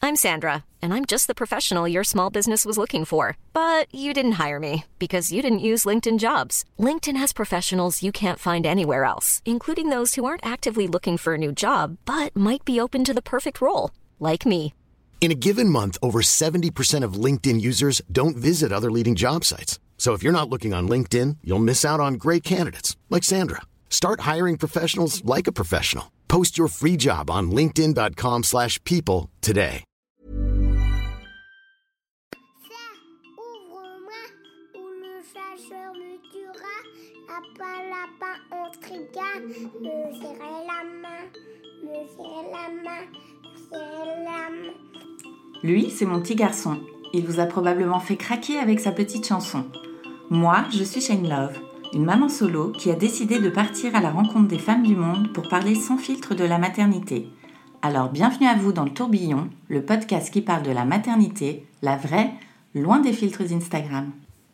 I'm Sandra, and I'm just the professional your small business was looking for. But you didn't hire me because you didn't use LinkedIn Jobs. LinkedIn has professionals you can't find anywhere else, including those who aren't actively looking for a new job, but might be open to the perfect role, like me. In a given month, over 70% of LinkedIn users don't visit other leading job sites. So if you're not looking on LinkedIn, you'll miss out on great candidates like Sandra. Start hiring professionals like a professional. Post your free job on linkedin.com/people today. Ouvre-moi ou le chasseur me tuera. Lapin intrigua. Me serrer la main, me serrer la main, me serrer la main. Lui, c'est mon petit garçon. Il vous a probablement fait craquer avec sa petite chanson. Moi, je suis Shane Love, une maman solo qui a décidé de partir à la rencontre des femmes du monde pour parler sans filtre de la maternité. Alors bienvenue à vous dans le Tourbillon, le podcast qui parle de la maternité, la vraie, loin des filtres Instagram.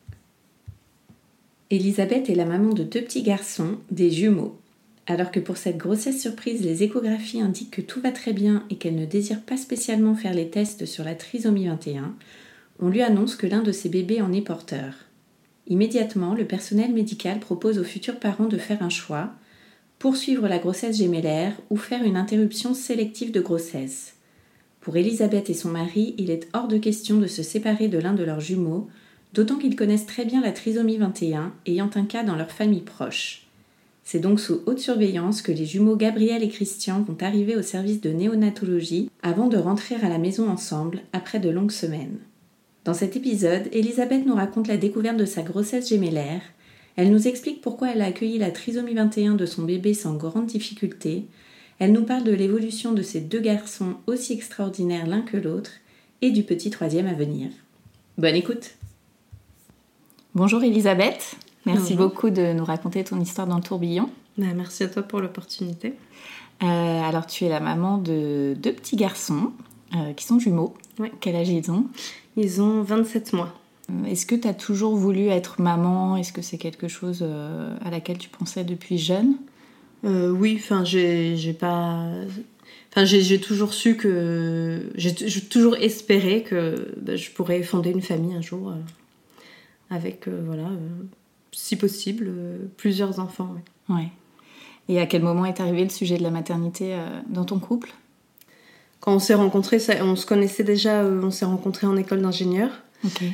Elisabeth est la maman de 2 petits garçons, des jumeaux. Alors que pour cette grossesse surprise, les échographies indiquent que tout va très bien et qu'elle ne désire pas spécialement faire les tests sur la trisomie 21, on lui annonce que l'un de ses bébés en est porteur. Immédiatement, le personnel médical propose aux futurs parents de faire un choix, poursuivre la grossesse gémellaire ou faire une interruption sélective de grossesse. Pour Elisabeth et son mari, il est hors de question de se séparer de l'un de leurs jumeaux, d'autant qu'ils connaissent très bien la trisomie 21, ayant un cas dans leur famille proche. C'est donc sous haute surveillance que les jumeaux Gabriel et Christian vont arriver au service de néonatologie avant de rentrer à la maison ensemble après de longues semaines. Dans cet épisode, Elisabeth nous raconte la découverte de sa grossesse gémellaire. Elle nous explique pourquoi elle a accueilli la trisomie 21 de son bébé sans grande difficulté. Elle nous parle de l'évolution de ces 2 garçons aussi extraordinaires l'un que l'autre et du petit 3e à venir. Bonne écoute! Bonjour Elisabeth, merci beaucoup de nous raconter ton histoire dans le tourbillon. Merci à toi pour l'opportunité. Alors tu es la maman de 2 petits garçons qui sont jumeaux. Oui. Quel âge ils ont ? Ils ont 27 mois. Est-ce que tu as toujours voulu être maman ? Est-ce que c'est quelque chose à laquelle tu pensais depuis jeune ? Oui, j'ai toujours su que... J'ai toujours espéré que je pourrais fonder une famille un jour avec, si possible, plusieurs enfants. Oui. Ouais. Et à quel moment est arrivé le sujet de la maternité dans ton couple ? Quand on s'est rencontrés, on se connaissait déjà, on s'est rencontrés en école d'ingénieur. Ok.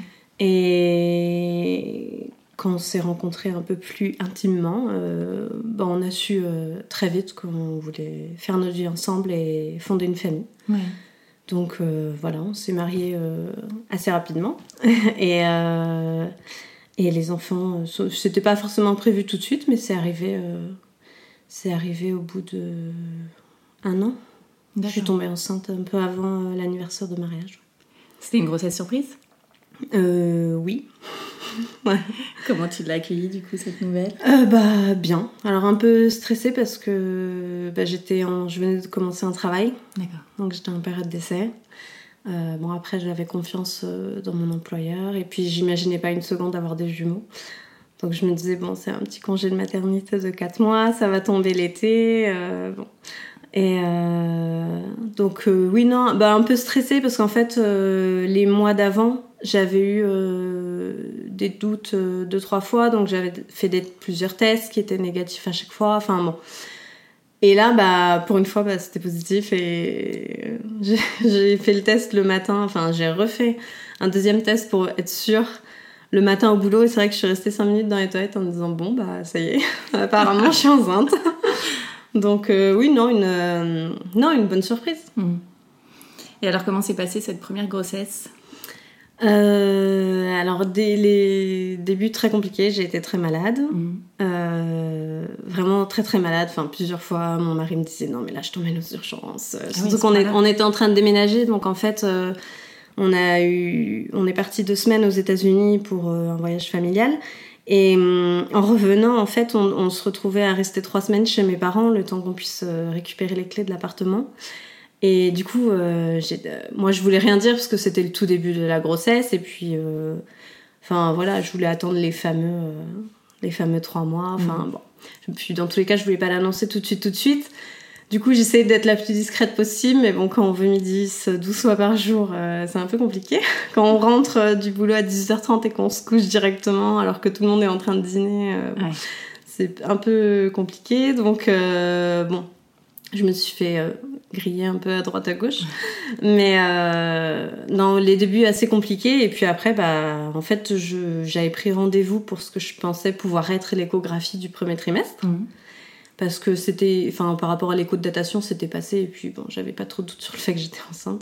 Et quand on s'est rencontrés un peu plus intimement, on a su très vite qu'on voulait faire notre vie ensemble et fonder une famille. Ouais. Donc on s'est mariés assez rapidement. Et les enfants, c'était pas forcément prévu tout de suite, mais c'est arrivé au bout d'1 an. D'accord. Je suis tombée enceinte un peu avant l'anniversaire de mariage. C'était une grossesse surprise ? Oui. Ouais. Comment tu l'as accueillie du coup cette nouvelle ? Bien. Alors un peu stressée parce que je venais de commencer un travail. D'accord. Donc j'étais en période d'essai. Après j'avais confiance dans mon employeur et puis j'imaginais pas une seconde avoir des jumeaux. Donc je me disais c'est un petit congé de maternité de 4 mois, ça va tomber l'été. Et donc un peu stressée parce qu'en fait les mois d'avant j'avais eu des doutes 2-3 fois, donc j'avais fait plusieurs tests qui étaient négatifs à chaque fois, et là pour une fois c'était positif et j'ai fait le test le matin, j'ai refait un 2e test pour être sûre le matin au boulot, et c'est vrai que je suis restée 5 minutes dans les toilettes en me disant ça y est, apparemment je suis enceinte. Donc une bonne surprise. Et alors comment s'est passée cette première grossesse ? Alors dès les débuts très compliqués, j'ai été très malade. Vraiment très très malade, plusieurs fois mon mari me disait non mais là je t'emmène aux urgences. Surtout qu'on était en train de déménager, donc en fait on est parti 2 semaines aux États-Unis pour un voyage familial. Et en revenant, en fait, on se retrouvait à rester 3 semaines chez mes parents, le temps qu'on puisse récupérer les clés de l'appartement. Et du coup, moi, je voulais rien dire parce que c'était le tout début de la grossesse. Et puis, je voulais attendre les fameux 3 mois. Puis, dans tous les cas, je voulais pas l'annoncer tout de suite. Du coup, j'essaie d'être la plus discrète possible, mais bon, quand on vomit 12 fois par jour, c'est un peu compliqué. Quand on rentre du boulot à 18h30 et qu'on se couche directement alors que tout le monde est en train de dîner, c'est un peu compliqué. Donc, bon, je me suis fait griller un peu à droite à gauche. Mais dans les débuts, assez compliqués. Et puis après, en fait, j'avais pris rendez-vous pour ce que je pensais pouvoir être l'échographie du premier trimestre. Parce que c'était, par rapport à l'écho de datation, c'était passé, et puis bon, j'avais pas trop de doute sur le fait que j'étais enceinte.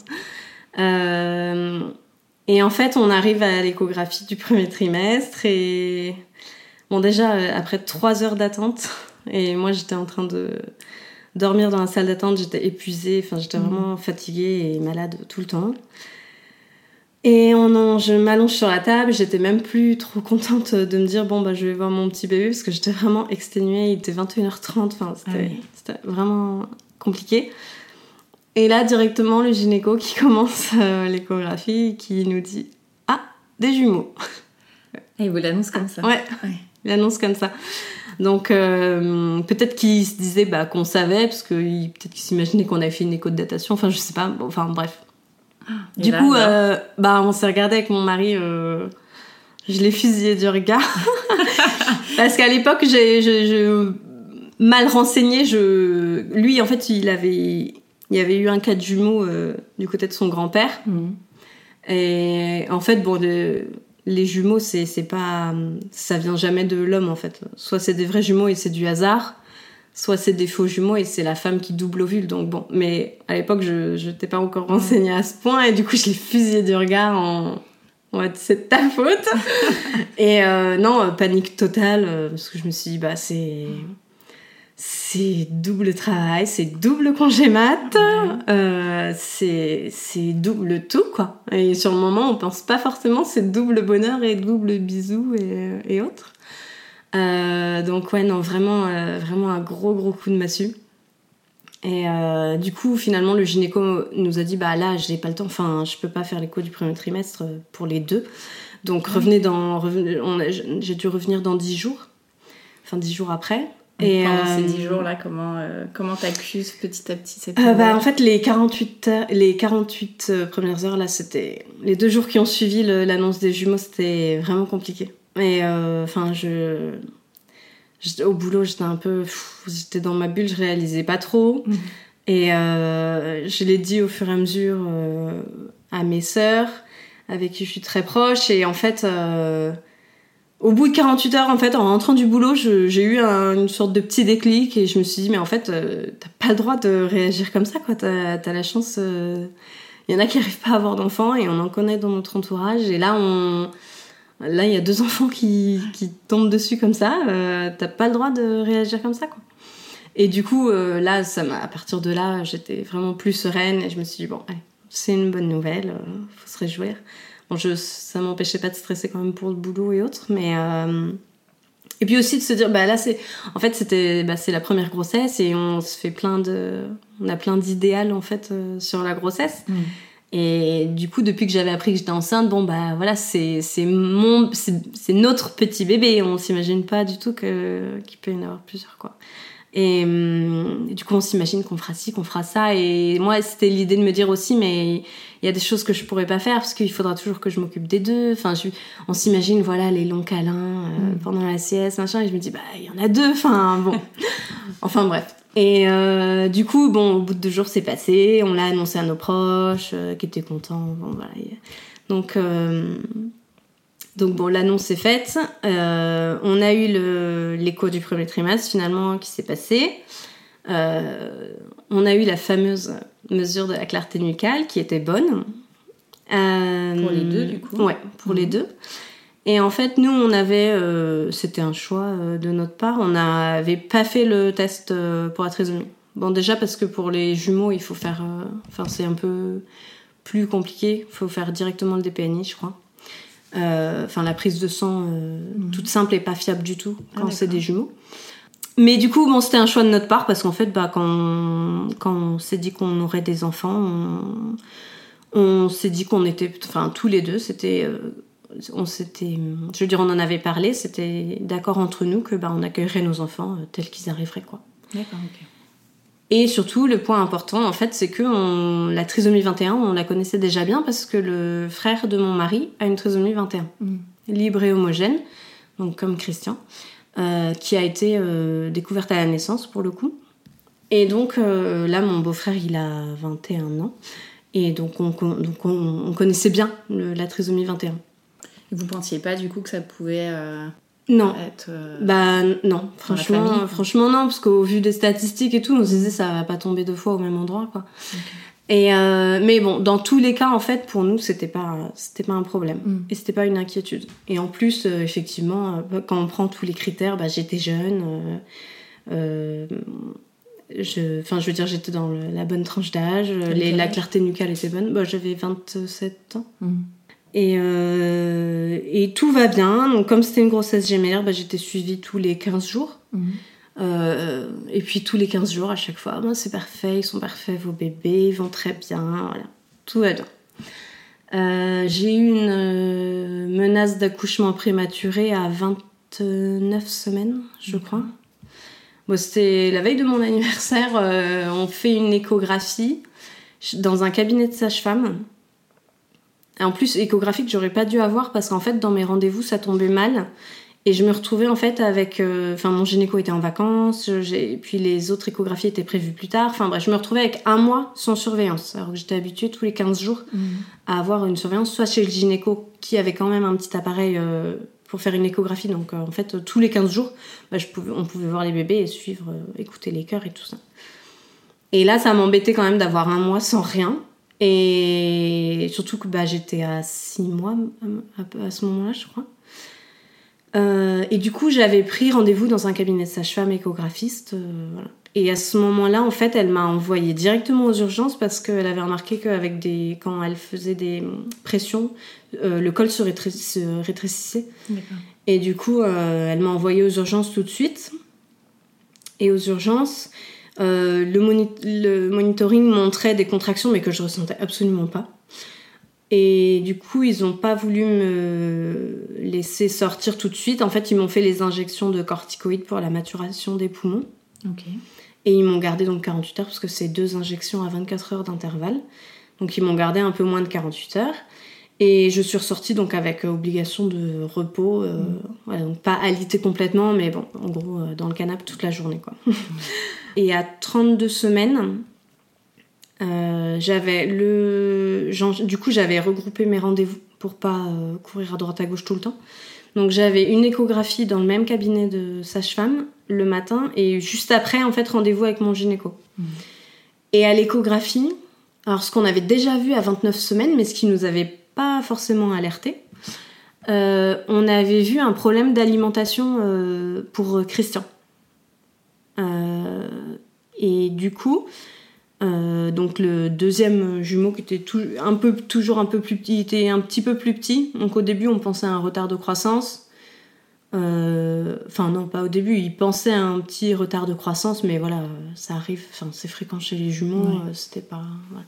Et en fait, on arrive à l'échographie du premier trimestre, et bon, déjà, après 3 heures d'attente, et moi j'étais en train de dormir dans la salle d'attente, j'étais épuisée, j'étais vraiment fatiguée et malade tout le temps. Et je m'allonge sur la table, j'étais même plus trop contente de me dire je vais voir mon petit bébé parce que j'étais vraiment exténuée, il était 21h30, c'était vraiment compliqué. Et là, directement, le gynéco qui commence l'échographie, qui nous dit « Ah, des jumeaux !» Et il vous l'annonce comme ça. Ouais, il l'annonce comme ça. Donc, peut-être qu'il se disait qu'on savait, parce que peut-être qu'il s'imaginait qu'on avait fait une écho de datation, je sais pas, bref. Du coup, on s'est regardé avec mon mari, je l'ai fusillé du regard. Parce qu'à l'époque, j'ai mal renseigné. Lui, en fait, il y avait eu un cas de jumeaux du côté de son grand-père. Et en fait, les jumeaux, c'est pas, ça vient jamais de l'homme, en fait. Soit c'est des vrais jumeaux et c'est du hasard, soit c'est des faux jumeaux et c'est la femme qui double l'ovule. Donc bon, mais à l'époque, je n'étais pas encore renseignée à ce point, et du coup, je l'ai fusillé du regard en mode c'est de ta faute. Et non, panique totale, parce que je me suis dit, c'est double travail, c'est double congé mat, c'est double tout, quoi. Et sur le moment, on pense pas forcément, c'est double bonheur et double bisous et autres. Donc ouais, non, vraiment un gros coup de massue. Et du coup, finalement, le gynéco nous a dit là, j'ai pas le temps, je peux pas faire l'écho du premier trimestre pour les 2. Donc j'ai dû revenir dans 10 jours, 10 jours après. Et pendant ces 10 jours-là, comment t'accuses petit à petit cette en fait, les 48 premières heures, là, c'était les 2 jours qui ont suivi l'annonce des jumeaux, c'était vraiment compliqué. Et au boulot, j'étais un peu... j'étais dans ma bulle, je réalisais pas trop. Et je l'ai dit au fur et à mesure à mes sœurs, avec qui je suis très proche. Et en fait, au bout de 48 heures, en fait, en rentrant du boulot, j'ai eu une sorte de petit déclic. Et je me suis dit, mais en fait, t'as pas le droit de réagir comme ça, quoi. T'as la chance... Il y en a qui arrivent pas à avoir d'enfants, et on en connaît dans notre entourage. Et là, il y a 2 enfants qui tombent dessus comme ça. T'as pas le droit de réagir comme ça, quoi. Et du coup, là, à partir de là, j'étais vraiment plus sereine. Et je me suis dit, allez, c'est une bonne nouvelle. Faut se réjouir. Bon, ça m'empêchait pas de stresser quand même pour le boulot et autres. Mais... Et puis aussi de se dire, là, c'est la première grossesse. Et on a plein d'idéals, en fait, sur la grossesse. Et du coup, depuis que j'avais appris que j'étais enceinte, voilà, c'est notre petit bébé. On s'imagine pas du tout qu'il peut y en avoir plusieurs, quoi. Et du coup, on s'imagine qu'on fera ci, qu'on fera ça. Et moi, c'était l'idée de me dire aussi, mais il y a des choses que je pourrais pas faire parce qu'il faudra toujours que je m'occupe des 2. On s'imagine, voilà, les longs câlins pendant la sieste, machin. Et je me dis, il y en a 2. Enfin, bref. Et du coup, au bout de 2 jours, c'est passé. On l'a annoncé à nos proches qui étaient contents. Voilà. Donc l'annonce est faite. On a eu l'écho du premier trimestre, finalement, qui s'est passé. On a eu la fameuse mesure de la clarté nucale, qui était bonne. Pour les 2, du coup. Ouais, pour les 2. Et en fait, nous, on avait... c'était un choix de notre part. On n'avait pas fait le test pour la trisomie. Bon, déjà, parce que pour les jumeaux, il faut faire... c'est un peu plus compliqué. Il faut faire directement le DPNI, je crois. La prise de sang toute simple et pas fiable du tout quand c'est des jumeaux. Mais du coup, c'était un choix de notre part parce qu'en fait, quand on s'est dit qu'on aurait des enfants, on s'est dit qu'on était... tous les 2, c'était... on en avait parlé, c'était d'accord entre nous que on accueillerait nos enfants tels qu'ils arriveraient, quoi. D'accord, ok. Et surtout, le point important, en fait, c'est que la trisomie 21, on la connaissait déjà bien parce que le frère de mon mari a une trisomie 21, libre et homogène, donc comme Christian, qui a été découverte à la naissance, pour le coup. Et donc, là, mon beau-frère, il a 21 ans. Et donc, on connaissait bien la trisomie 21. Et vous pensiez pas, du coup, que ça pouvait... Non. Être, non. Franchement, non, parce qu'au vu des statistiques et tout, on se disait ça va pas tomber 2 fois au même endroit, quoi. Okay. Et mais bon, dans tous les cas, en fait, pour nous, c'était pas un problème. Et c'était pas une inquiétude. Et en plus, effectivement, quand on prend tous les critères, j'étais jeune, je veux dire, j'étais dans la bonne tranche d'âge, la clarté nucale était bonne. J'avais 27 ans. Et tout va bien. Donc, comme c'était une grossesse gémellaire, j'étais suivie tous les 15 jours. Et puis, tous les 15 jours, à chaque fois, c'est parfait, ils sont parfaits, vos bébés, ils vont très bien. Voilà, tout va bien. J'ai eu une menace d'accouchement prématuré à 29 semaines, je crois. C'était la veille de mon anniversaire. On fait une échographie dans un cabinet de sage-femme. En plus, échographie que j'aurais pas dû avoir parce qu'en fait, dans mes rendez-vous, ça tombait mal. Et je me retrouvais en fait avec... mon gynéco était en vacances, puis les autres échographies étaient prévues plus tard. Enfin bref, je me retrouvais avec 1 mois sans surveillance. Alors que j'étais habituée tous les 15 jours à avoir une surveillance, soit chez le gynéco qui avait quand même un petit appareil pour faire une échographie. Donc en fait, tous les 15 jours, on pouvait voir les bébés et suivre, écouter les cœurs et tout ça. Et là, ça m'embêtait quand même d'avoir 1 mois sans rien. Et surtout que j'étais à 6 mois à ce moment-là, je crois. Et du coup, j'avais pris rendez-vous dans un cabinet de sage-femme échographiste. Voilà. Et à ce moment-là, en fait, elle m'a envoyée directement aux urgences parce qu'elle avait remarqué quand elle faisait des pressions, le col se rétrécissait. D'accord. Et du coup, elle m'a envoyée aux urgences tout de suite. Et aux urgences... le monitoring montrait des contractions mais que je ressentais absolument pas, et du coup ils ont pas voulu me laisser sortir tout de suite. En fait, ils m'ont fait les injections de corticoïdes pour la maturation des poumons. Et ils m'ont gardé donc 48 heures parce que c'est 2 injections à 24 heures d'intervalle, donc ils m'ont gardé un peu moins de 48 heures. Et je suis ressortie donc avec obligation de repos, voilà, donc pas alité complètement, mais bon, en gros, dans le canapé toute la journée, quoi. Et à 32 semaines, j'avais regroupé mes rendez-vous pour pas courir à droite à gauche tout le temps. Donc j'avais une échographie dans le même cabinet de sage-femme le matin, et juste après, en fait, rendez-vous avec mon gynéco. Et à l'échographie, alors ce qu'on avait déjà vu à 29 semaines, mais ce qui nous avait pas forcément alerté, on avait vu un problème d'alimentation pour Christian. Et du coup, donc le deuxième jumeau qui était toujours un peu plus petit, il était un petit peu plus petit. Donc au début, on pensait à un retard de croissance. Enfin non, pas au début, il pensait à un petit retard de croissance, mais voilà, ça arrive. Enfin, c'est fréquent chez les jumeaux. C'était pas. Voilà.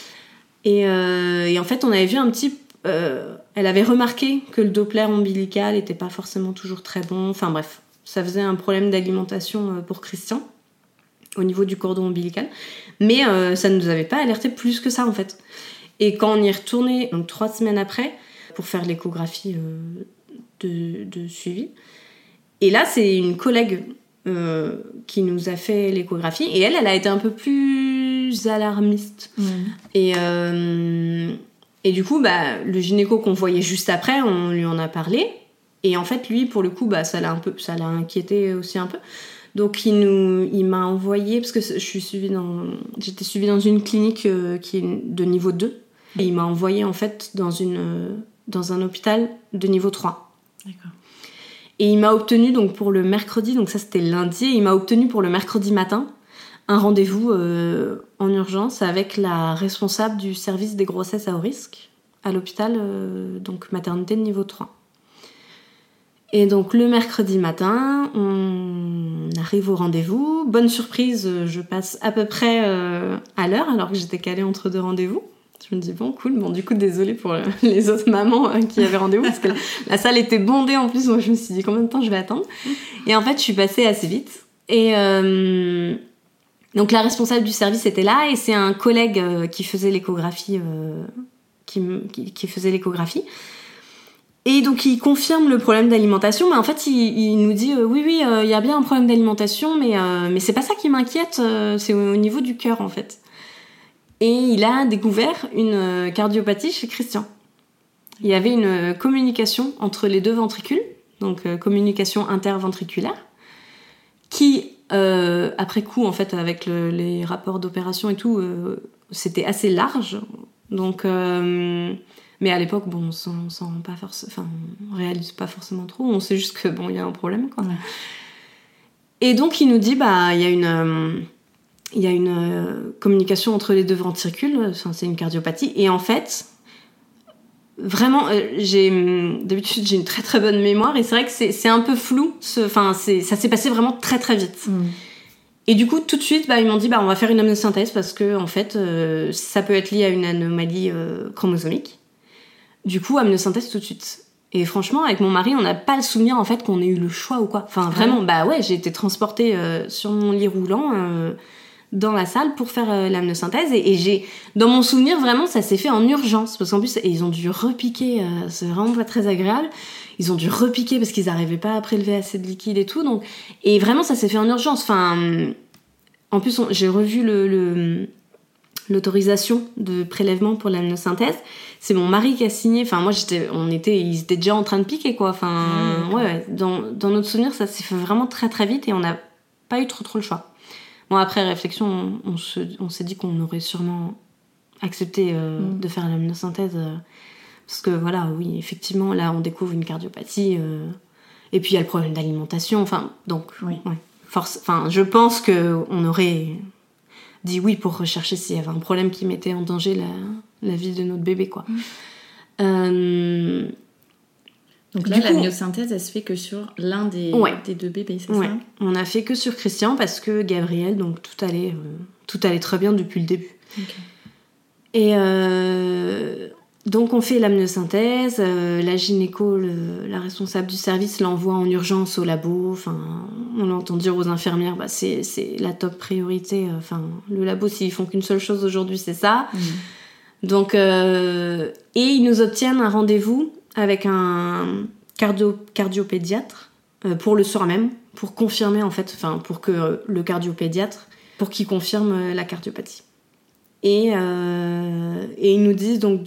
Et en fait, on avait vu un petit. Elle avait remarqué que le Doppler ombilical était pas forcément toujours très bon. Enfin bref, ça faisait un problème d'alimentation pour Christian au niveau du cordon ombilical, mais ça ne nous avait pas alerté plus que ça en fait. Et quand on y est retourné, donc 3 semaines après, pour faire l'échographie de suivi, et là c'est une collègue qui nous a fait l'échographie, et elle a été un peu plus alarmiste. Et du coup, le gynéco qu'on voyait juste après, on lui en a parlé. Et en fait, lui, pour le coup, ça l'a inquiété aussi un peu. Donc, il m'a envoyé, parce que j'étais suivie dans une clinique qui est de niveau 2. Et il m'a envoyé, en fait, dans un hôpital de niveau 3. D'accord. Et il m'a obtenu, donc, pour le mercredi, donc ça, c'était lundi, et il m'a obtenu pour le mercredi matin un rendez-vous en urgence avec la responsable du service des grossesses à haut risque à l'hôpital, donc maternité de niveau 3. Et donc le mercredi matin, on arrive au rendez-vous. Bonne surprise, je passe à peu près à l'heure alors que j'étais calée entre 2 rendez-vous. Je me dis bon, cool. Bon, du coup, désolée pour les autres mamans qui avaient rendez-vous parce que la salle était bondée en plus. Donc je me suis dit combien de temps je vais attendre. Et en fait, je suis passée assez vite. Et Donc la responsable du service était là et c'est un collègue qui faisait l'échographie, qui faisait l'échographie. Et donc il confirme le problème d'alimentation, mais en fait il nous dit oui, il y a bien un problème d'alimentation, mais c'est pas ça qui m'inquiète, c'est au niveau du cœur en fait. Et il a découvert une cardiopathie chez Christian. Il y avait une communication entre les deux ventricules, donc communication interventriculaire, qui après coup en fait avec les rapports d'opération et tout, c'était assez large, donc mais à l'époque bon on s'en rend pas forcément, on réalise pas forcément trop, on sait juste que bon il y a un problème quoi. Ouais. Et donc il nous dit il y a une communication entre les deux ventricules, c'est une cardiopathie, et en fait vraiment d'habitude j'ai une très très bonne mémoire et c'est vrai que c'est un peu flou, ça s'est passé vraiment très très vite. Et du coup tout de suite ils m'ont dit on va faire une amniosynthèse parce que en fait ça peut être lié à une anomalie chromosomique. Du coup amniosynthèse tout de suite. Et franchement avec mon mari on n'a pas le souvenir en fait qu'on ait eu le choix ou quoi, enfin vraiment j'ai été transportée sur mon lit roulant dans la salle pour faire l'amniosynthèse et j'ai dans mon souvenir vraiment ça s'est fait en urgence parce qu'en plus ils ont dû repiquer, c'est vraiment pas très agréable, ils ont dû repiquer parce qu'ils n'arrivaient pas à prélever assez de liquide et tout, donc et vraiment ça s'est fait en urgence, en plus j'ai revu l'autorisation de prélèvement pour l'amniosynthèse, c'est mon mari qui a signé, ils étaient déjà en train de piquer quoi, dans notre souvenir ça s'est fait vraiment très très vite et on n'a pas eu trop le choix. Bon, après réflexion, on s'est dit qu'on aurait sûrement accepté de faire l'amniosynthèse parce que oui, effectivement, là, on découvre une cardiopathie et puis il y a le problème d'alimentation, je pense qu'on aurait dit oui pour rechercher s'il y avait un problème qui mettait en danger la vie de notre bébé, quoi. Donc là, l'amniosynthèse, elle se fait que sur l'un des deux bébés, c'est ça ? On a fait que sur Christian parce que Gabriel, donc tout allait très bien depuis le début. Okay. Et donc on fait l'amniosynthèse, la gynéco, la responsable du service l'envoie en urgence au labo. On l'entend dire aux infirmières, c'est la top priorité. Le labo, s'ils font qu'une seule chose aujourd'hui, c'est ça. Donc et ils nous obtiennent un rendez-vous avec un cardiopédiatre pour le soir même, pour confirmer en fait, pour que le cardiopédiatre, pour qu'il confirme la cardiopathie. Et ils nous disent donc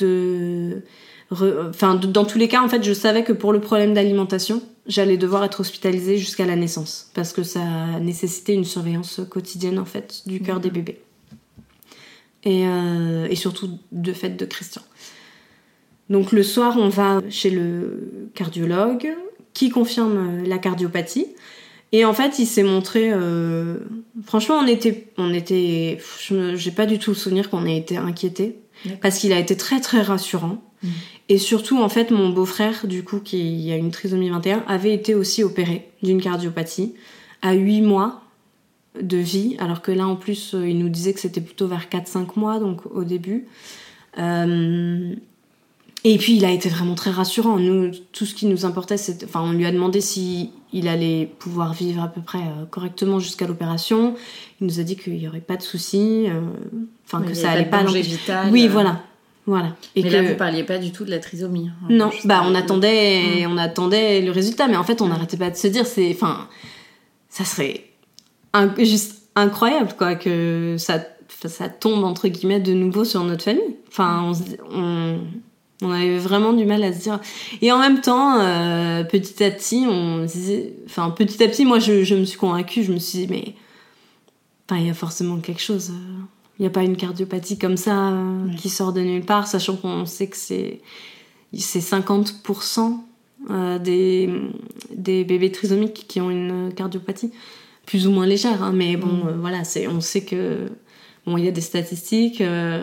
dans tous les cas en fait, je savais que pour le problème d'alimentation, j'allais devoir être hospitalisée jusqu'à la naissance parce que ça nécessitait une surveillance quotidienne en fait du cœur des bébés. Et surtout de fait de Christian. Donc le soir, on va chez le cardiologue qui confirme la cardiopathie. Et en fait, il s'est montré... franchement, j'ai pas du tout le souvenir qu'on ait été inquiétés. Parce qu'il a été très très rassurant. Et surtout, en fait, mon beau-frère, du coup, qui a une trisomie 21, avait été aussi opéré d'une cardiopathie à 8 mois de vie. Alors que là, en plus, il nous disait que c'était plutôt vers 4-5 mois, donc au début. Et puis il a été vraiment très rassurant. Nous, tout ce qui nous importait, on lui a demandé s'il allait pouvoir vivre à peu près correctement jusqu'à l'opération. Il nous a dit qu'il n'y aurait pas de soucis, que ça allait pas l'empêcher. Oui, voilà. Et mais là, vous parliez pas du tout de la trisomie. Non, on attendait le résultat, mais en fait, on n'arrêtait pas de se dire, ça serait juste incroyable, quoi, que ça tombe entre guillemets de nouveau sur notre famille. On avait vraiment du mal à se dire. Et en même temps, petit à petit, moi, je me suis convaincue. Je me suis dit, mais il y a forcément quelque chose. Il n'y a pas une cardiopathie comme ça qui sort de nulle part, sachant qu'on sait que c'est 50% des bébés trisomiques qui ont une cardiopathie, plus ou moins légère. Hein, mais bon, on sait que il y a des statistiques.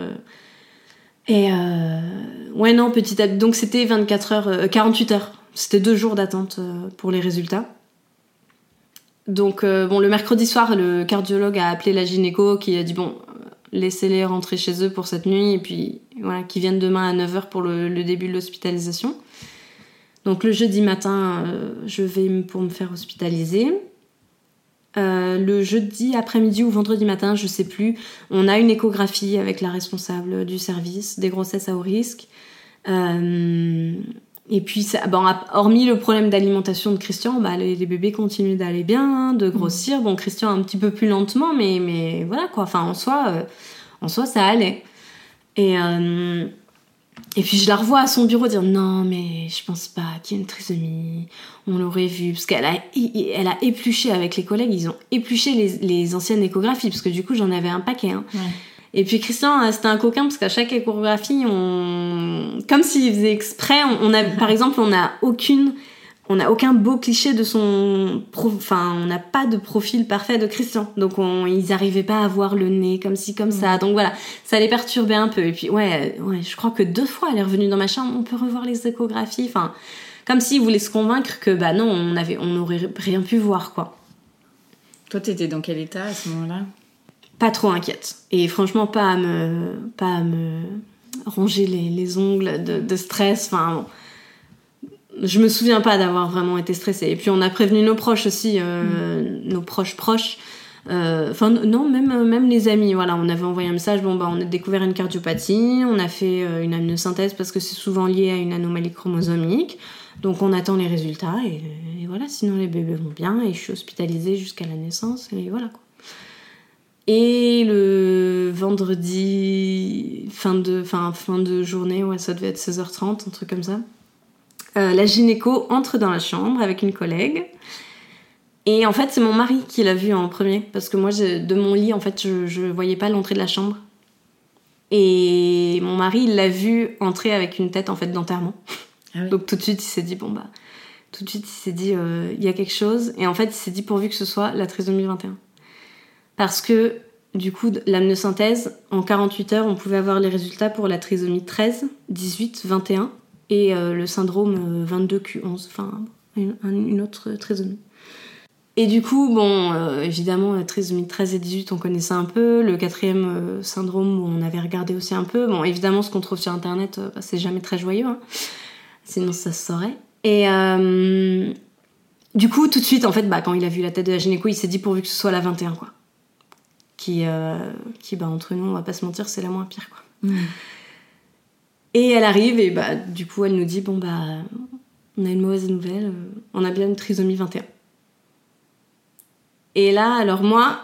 Petit à petit. Donc c'était 48 heures. C'était 2 jours d'attente pour les résultats. Donc le mercredi soir, le cardiologue a appelé la gynéco qui a dit laissez-les rentrer chez eux pour cette nuit et puis qu'ils viennent demain à 9h pour le début de l'hospitalisation. Donc le jeudi matin, je vais pour me faire hospitaliser. le jeudi après-midi ou vendredi matin, je sais plus, on a une échographie avec la responsable du service des grossesses à haut risque. Et puis, hormis le problème d'alimentation de Christian, les bébés continuent d'aller bien, de grossir. Bon, Christian un petit peu plus lentement, mais voilà quoi. Enfin, en soi, ça allait. Et puis je la revois à son bureau dire non mais je pense pas qu'il y ait une trisomie, on l'aurait vu, parce qu'elle a épluché avec les collègues, ils ont épluché les anciennes échographies, parce que du coup j'en avais un paquet. Hein. Ouais. Et puis Christian, c'était un coquin, parce qu'à chaque échographie, comme s'il faisait exprès, par exemple, on n'a aucun beau cliché de son... on n'a pas de profil parfait de Christian. Donc, ils n'arrivaient pas à voir le nez comme ci, comme ça. Donc voilà, ça les perturbait un peu. Et puis, ouais, je crois que 2 fois, elle est revenue dans ma chambre, on peut revoir les échographies. Enfin, comme s'ils voulaient se convaincre que, non, on n'aurait rien pu voir, quoi. Toi, t'étais dans quel état à ce moment-là ? Pas trop inquiète. Et franchement, pas à me ronger les ongles de stress. Enfin, bon. Je me souviens pas d'avoir vraiment été stressée. Et puis on a prévenu nos proches aussi, nos proches. Même les amis. Voilà, on avait envoyé un message. On a découvert une cardiopathie, on a fait une amniosynthèse parce que c'est souvent lié à une anomalie chromosomique. Donc on attend les résultats et voilà. Sinon les bébés vont bien et je suis hospitalisée jusqu'à la naissance et voilà quoi. Et le vendredi fin de journée, ouais, ça devait être 16h30, un truc comme ça. La gynéco entre dans la chambre avec une collègue. Et en fait, c'est mon mari qui l'a vu en premier. Parce que moi, de mon lit, en fait, je voyais pas l'entrée de la chambre. Et mon mari, il l'a vu entrer avec une tête, en fait, d'enterrement. Ah oui. Donc tout de suite, il s'est dit, il y a quelque chose. Et en fait, il s'est dit, pourvu que ce soit la trisomie 21. Parce que, du coup, l'amniosynthèse, en 48 heures, on pouvait avoir les résultats pour la trisomie 13, 18, 21... et le syndrome 22Q11, enfin une autre trisomie. Et du coup, évidemment, la trisomie 13 et 18, on connaissait un peu. Le 4e syndrome, on avait regardé aussi un peu. Bon, évidemment, ce qu'on trouve sur Internet, c'est jamais très joyeux, hein. Sinon ça se saurait. Et du coup, tout de suite, en fait, quand il a vu la tête de la gynéco, il s'est dit pourvu que ce soit la 21, quoi. Qui entre nous, on va pas se mentir, c'est la moins pire, quoi. Mmh. Et elle arrive et du coup elle nous dit on a une mauvaise nouvelle, on a bien une trisomie 21. Et là alors moi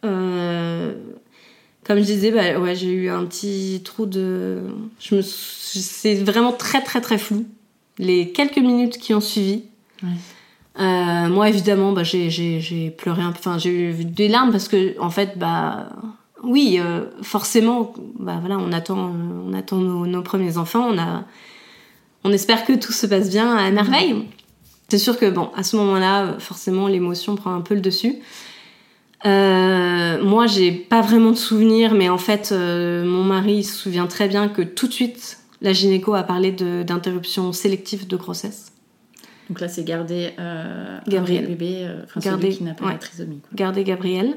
comme je disais j'ai eu un petit trou de c'est vraiment très très très flou les quelques minutes qui ont suivi. Ouais. Moi évidemment j'ai pleuré un peu, enfin j'ai eu des larmes parce que en fait oui, forcément, on attend nos premiers enfants, on espère que tout se passe bien à merveille. C'est sûr que à ce moment-là, forcément, l'émotion prend un peu le dessus. Moi, j'ai pas vraiment de souvenirs, mais en fait, mon mari se souvient très bien que tout de suite, la gynéco a parlé d'interruption sélective de grossesse. Donc là, c'est garder Gabriel. Un bébé, celui qui n'a pas la trisomie. Quoi. Garder Gabriel.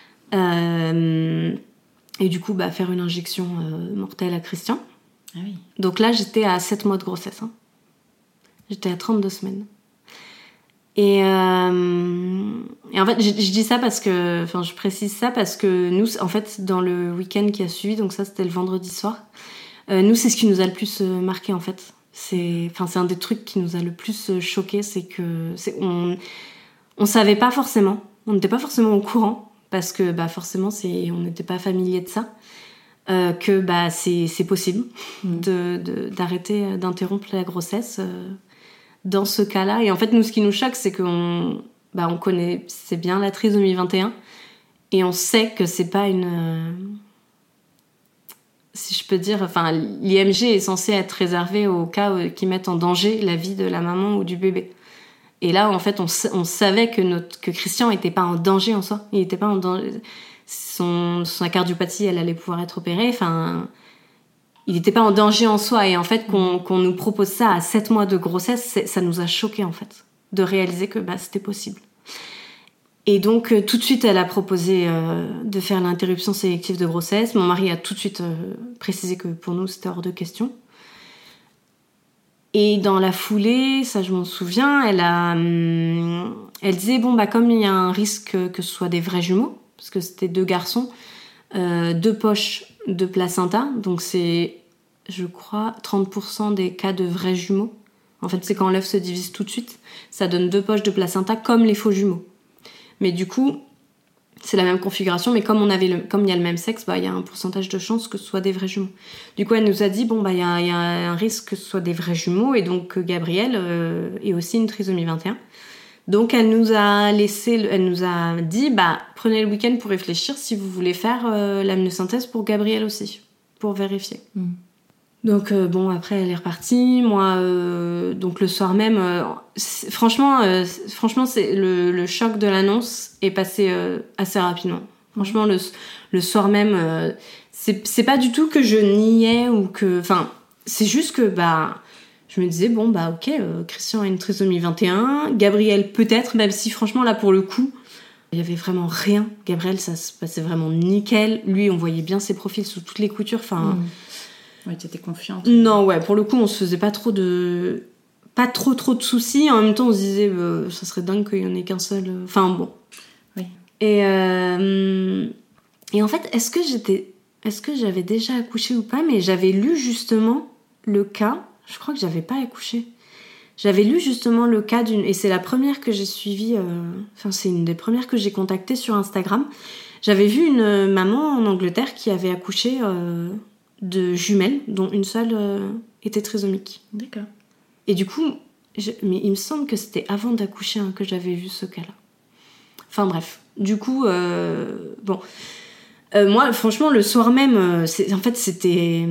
Et du coup, faire une injection mortelle à Christian. Ah oui. Donc là, j'étais à 7 mois de grossesse. Hein. J'étais à 32 semaines. Et en fait, je dis ça parce que... Enfin, je précise ça parce que nous, en fait, dans le week-end qui a suivi, donc ça, c'était le vendredi soir, nous, c'est ce qui nous a le plus marqué, en fait. C'est un des trucs qui nous a le plus choqué, c'est que... On savait pas forcément. On n'était pas forcément au courant. Parce que forcément on n'était pas familier de ça, que c'est possible d'arrêter, d'interrompre la grossesse dans ce cas-là. Et en fait, nous, ce qui nous choque, c'est qu'on connaît, c'est bien la trisomie 21, et on sait que c'est pas une... si je peux dire, l'IMG est censé être réservé aux cas qui mettent en danger la vie de la maman ou du bébé. Et là, en fait, on savait que Christian n'était pas en danger en soi. Il n'était pas en danger. Sa cardiopathie, elle allait pouvoir être opérée. Il n'était pas en danger en soi. Et en fait, qu'on nous propose ça à 7 mois de grossesse, ça nous a choqués, en fait, de réaliser que c'était possible. Et donc, tout de suite, elle a proposé de faire l'interruption sélective de grossesse. Mon mari a tout de suite précisé que pour nous, c'était hors de question. Et dans la foulée, ça je m'en souviens, elle Elle disait, bon, bah, comme il y a un risque que ce soit des vrais jumeaux, parce que c'était 2 garçons, 2 poches de placenta, donc c'est, je crois, 30% des cas de vrais jumeaux. En fait, c'est quand l'œuf se divise tout de suite, ça donne 2 poches de placenta comme les faux jumeaux. Mais du coup, c'est la même configuration, mais comme il y a le même sexe, bah, il y a un pourcentage de chances que ce soit des vrais jumeaux. Du coup, elle nous a dit, bon, bah, il y a un risque que ce soit des vrais jumeaux, et donc que Gabriel ait aussi une trisomie 21. Donc, elle nous a dit, bah, prenez le week-end pour réfléchir si vous voulez faire l'amniosynthèse pour Gabriel aussi, pour vérifier. Donc bon, après elle est repartie. Moi, donc le soir même, franchement, c'est le choc de l'annonce est passé assez rapidement. Franchement, le soir même, c'est pas du tout que je niais ou que, enfin, c'est juste que bah, je me disais bon bah ok, Christian a une trisomie 21, Gabriel peut-être, même si franchement là pour le coup, il y avait vraiment rien. Gabriel, ça se passait vraiment nickel. Lui, on voyait bien ses profils sous toutes les coutures. Enfin. Ouais, t'étais confiante. Non, ouais, pour le coup, on se faisait pas trop de soucis. En même temps, on se disait, ça serait dingue qu'il y en ait qu'un seul. Enfin, bon. Oui. Et en fait, est-ce que j'avais déjà accouché ou pas? Mais j'avais lu justement le cas. Je crois que j'avais pas accouché. J'avais lu justement le cas d'une... Et c'est la première que j'ai suivie... Enfin, c'est une des premières que j'ai contactées sur Instagram. J'avais vu une maman en Angleterre qui avait accouché... de jumelles, dont une seule était trisomique. D'accord. Et du coup, mais il me semble que c'était avant d'accoucher que j'avais vu ce cas-là. Enfin bref. Du coup, bon. Moi, franchement, le soir même, c'était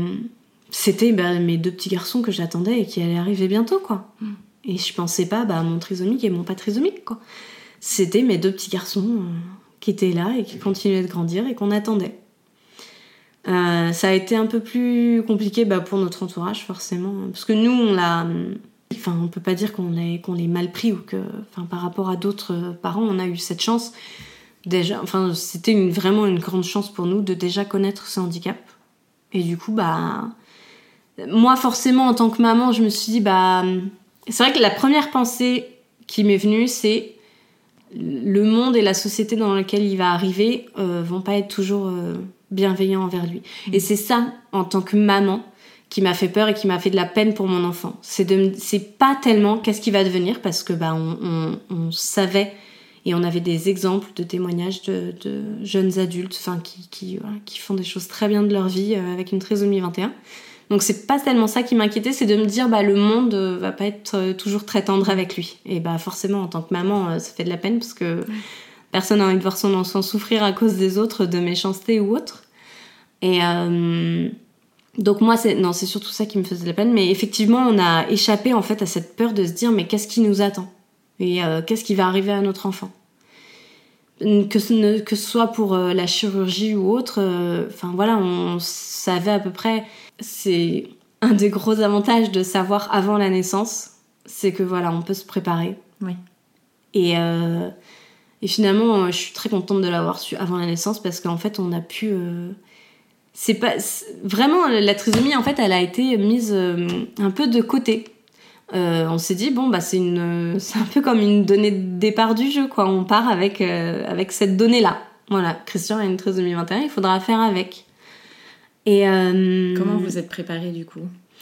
mes 2 petits garçons que j'attendais et qui allaient arriver bientôt, quoi. Et je pensais pas à mon trisomique et mon pas trisomique, quoi. C'était mes 2 petits garçons qui étaient là et qui continuaient de grandir et qu'on attendait. Ça a été un peu plus compliqué pour notre entourage forcément parce que nous on peut pas dire qu'on l'ait mal pris ou que par rapport à d'autres parents on a eu cette chance déjà, c'était vraiment une grande chance pour nous de déjà connaître ce handicap. Et du coup moi forcément en tant que maman je me suis dit c'est vrai que la première pensée qui m'est venue c'est le monde et la société dans laquelle il va arriver vont pas être toujours bienveillant envers lui. Et c'est ça, en tant que maman, qui m'a fait peur et qui m'a fait de la peine pour mon enfant. C'est pas tellement qu'est-ce qu'il va devenir, parce que on savait, et on avait des exemples de témoignages de jeunes adultes qui font des choses très bien de leur vie avec une trisomie 21. Donc c'est pas tellement ça qui m'inquiétait, c'est de me dire le monde va pas être toujours très tendre avec lui. Et forcément, en tant que maman, ça fait de la peine, parce que personne n'a envie de voir son enfant souffrir à cause des autres, de méchanceté ou autre. Et donc moi, c'est surtout ça qui me faisait de la peine. Mais effectivement, on a échappé en fait à cette peur de se dire mais qu'est-ce qui nous attend ? Et qu'est-ce qui va arriver à notre enfant ? Que ce soit pour la chirurgie ou autre, on savait à peu près. C'est un des gros avantages de savoir avant la naissance, c'est que on peut se préparer. Oui. Et finalement, je suis très contente de l'avoir su avant la naissance, parce qu'en fait, on a pu... vraiment, la trisomie, en fait, elle a été mise un peu de côté. On s'est dit, c'est un peu comme une donnée de départ du jeu, quoi. On part avec cette donnée-là. Voilà, Christian a une trisomie 21, il faudra faire avec. Et comment vous êtes préparée, du coup ?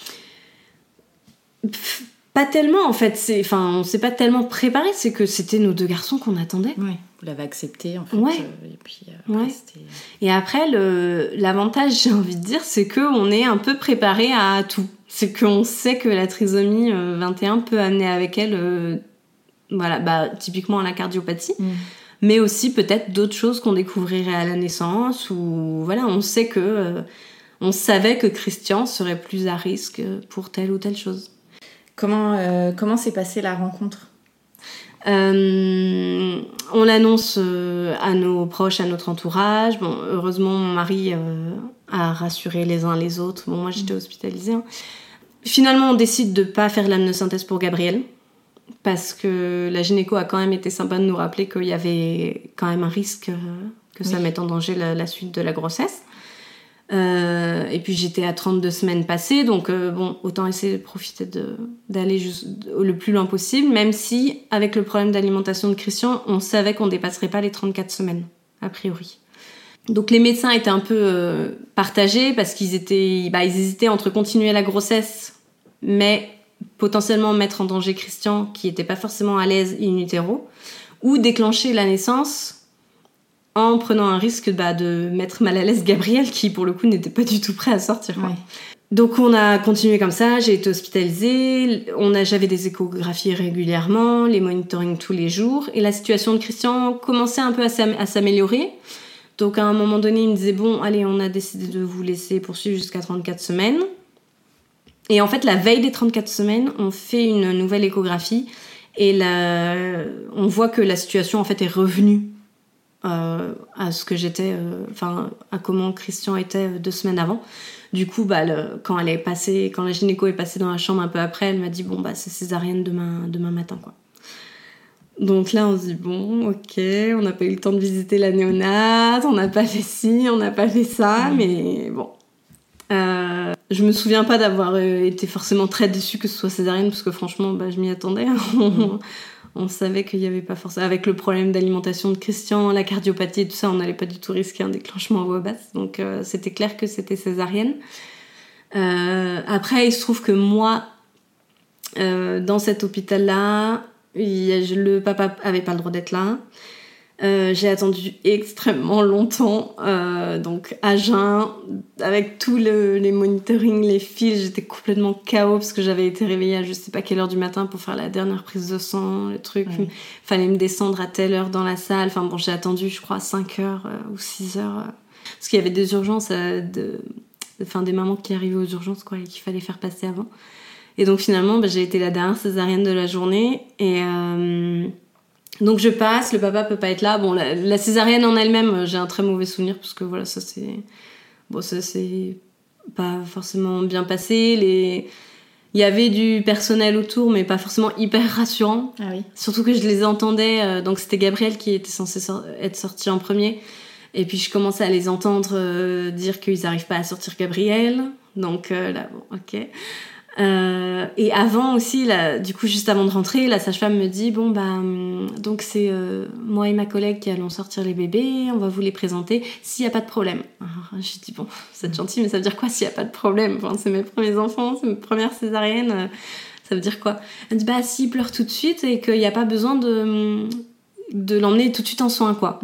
Pas tellement, en fait. On s'est pas tellement préparé, c'est que c'était nos 2 garçons qu'on attendait. Oui, vous l'avez accepté, en fait. Ouais. Et puis après, c'était... Et après, l'avantage, j'ai envie de dire, c'est qu'on est un peu préparé à tout. C'est qu'on sait que la trisomie 21 peut amener avec elle, typiquement la cardiopathie, mais aussi peut-être d'autres choses qu'on découvrirait à la naissance, ou on sait que... on savait que Christian serait plus à risque pour telle ou telle chose. Comment s'est passée la rencontre ? On l'annonce à nos proches, à notre entourage. Bon, heureusement, mon mari a rassuré les uns les autres. Bon, moi, j'étais hospitalisée. Finalement, on décide de pas faire l'amniosynthèse pour Gabriel, parce que la gynéco a quand même été sympa de nous rappeler qu'il y avait quand même un risque que ça mette en danger la suite de la grossesse. Et puis j'étais à 32 semaines passées, donc autant essayer de profiter d'aller le plus loin possible, même si, avec le problème d'alimentation de Christian, on savait qu'on dépasserait pas les 34 semaines, a priori. Donc les médecins étaient un peu partagés, parce qu'ils hésitaient entre continuer la grossesse, mais potentiellement mettre en danger Christian, qui était pas forcément à l'aise in utero, ou déclencher la naissance en prenant un risque de mettre mal à l'aise Gabriel, qui pour le coup n'était pas du tout prêt à sortir. Ouais. Donc on a continué comme ça, j'ai été hospitalisée, j'avais des échographies régulièrement, les monitorings tous les jours, et la situation de Christian commençait un peu à s'améliorer. Donc à un moment donné, il me disait bon, allez, on a décidé de vous laisser poursuivre jusqu'à 34 semaines. Et en fait, la veille des 34 semaines, on fait une nouvelle échographie, et on voit que la situation en fait est revenue à ce que j'étais, à comment Christian était 2 semaines avant. Du coup, quand la gynéco est passée dans la chambre un peu après, elle m'a dit bon c'est césarienne demain matin, quoi. Donc là, on se dit bon, ok, on n'a pas eu le temps de visiter la néonate, on n'a pas fait ci, on n'a pas fait ça, mais bon. Je me souviens pas d'avoir été forcément très déçue que ce soit césarienne, parce que franchement, je m'y attendais. On savait qu'il y avait pas forcément... Avec le problème d'alimentation de Christian, la cardiopathie et tout ça, on n'allait pas du tout risquer un déclenchement à voix basse. Donc c'était clair que c'était césarienne. Après, il se trouve que moi, dans cet hôpital-là, le papa avait pas le droit d'être là. J'ai attendu extrêmement longtemps, donc à jeun, avec tous les monitorings, les fils, j'étais complètement KO parce que j'avais été réveillée à je sais pas quelle heure du matin pour faire la dernière prise de sang, le truc, fallait me descendre à telle heure dans la salle, j'ai attendu je crois 5 heures ou 6 heures, parce qu'il y avait des urgences, des mamans qui arrivaient aux urgences, quoi, et qu'il fallait faire passer avant. Et donc finalement, j'ai été la dernière césarienne de la journée, et... Donc je passe, le papa peut pas être là. Bon, la césarienne en elle-même, j'ai un très mauvais souvenir parce que voilà, ça c'est pas forcément bien passé. Il y avait du personnel autour, mais pas forcément hyper rassurant. Ah oui. Surtout que je les entendais. Donc c'était Gabriel qui était censé être sorti en premier. Et puis je commençais à les entendre dire qu'ils arrivent pas à sortir Gabriel. Donc là, bon, ok. Et avant aussi, là, du coup, juste avant de rentrer, la sage-femme me dit donc c'est moi et ma collègue qui allons sortir les bébés, on va vous les présenter s'il y a pas de problème. Alors, j'ai dit bon, c'est gentil, mais ça veut dire quoi s'il y a pas de problème? C'est mes premiers enfants, c'est mes premières césariennes, ça veut dire quoi? Elle me dit s'il pleure tout de suite et qu'il n'y a pas besoin de l'emmener tout de suite en soins, quoi.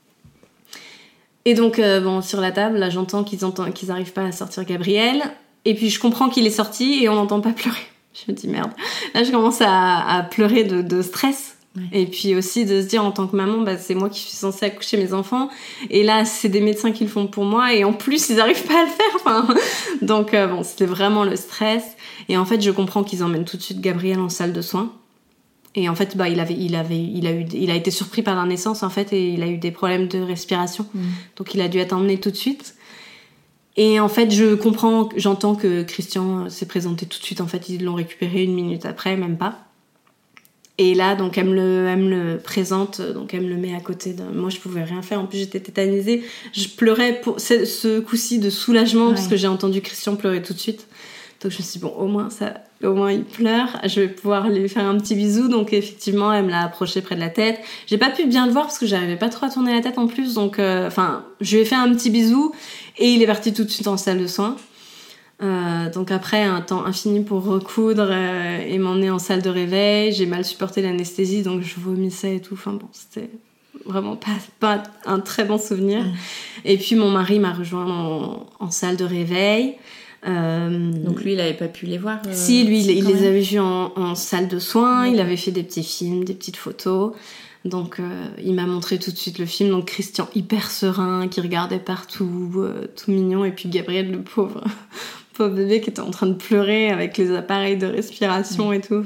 Et donc sur la table, là, j'entends qu'ils arrivent pas à sortir Gabriel. Et puis je comprends qu'il est sorti et on n'entend pas pleurer. Je me dis merde. Là je commence à pleurer de stress. Ouais. Et puis aussi de se dire en tant que maman, c'est moi qui suis censée accoucher mes enfants. Et là c'est des médecins qui le font pour moi et en plus ils n'arrivent pas à le faire. Donc c'était vraiment le stress. Et en fait je comprends qu'ils emmènent tout de suite Gabriel en salle de soins. Et en fait il a été surpris par la naissance en fait et il a eu des problèmes de respiration. Donc il a dû être emmené tout de suite. Et en fait, j'entends que Christian s'est présenté tout de suite. En fait, ils l'ont récupéré 1 minute après, même pas. Et là, donc, elle me le présente, donc elle me le met à côté de... Moi, je pouvais rien faire. En plus, j'étais tétanisée. Je pleurais pour ce coup-ci de soulagement, parce que j'ai entendu Christian pleurer tout de suite. Donc, je me suis dit, bon, au moins, il pleure. Je vais pouvoir lui faire un petit bisou. Donc, effectivement, elle me l'a approché près de la tête. J'ai pas pu bien le voir parce que j'arrivais pas trop à tourner la tête en plus. Donc, je lui ai fait un petit bisou. Et il est parti tout de suite en salle de soins. Donc après, un temps infini pour recoudre et m'emmener en salle de réveil. J'ai mal supporté l'anesthésie, donc je vomissais et tout. C'était vraiment pas un très bon souvenir. Et puis mon mari m'a rejoint en salle de réveil. Donc lui, il avait pas pu les voir Si, lui, il les avait vus en salle de soins. Il avait fait des petits films, des petites photos. Donc il m'a montré tout de suite le film, donc Christian hyper serein qui regardait partout, tout mignon, et puis Gabriel le pauvre bébé qui était en train de pleurer avec les appareils de respiration et tout.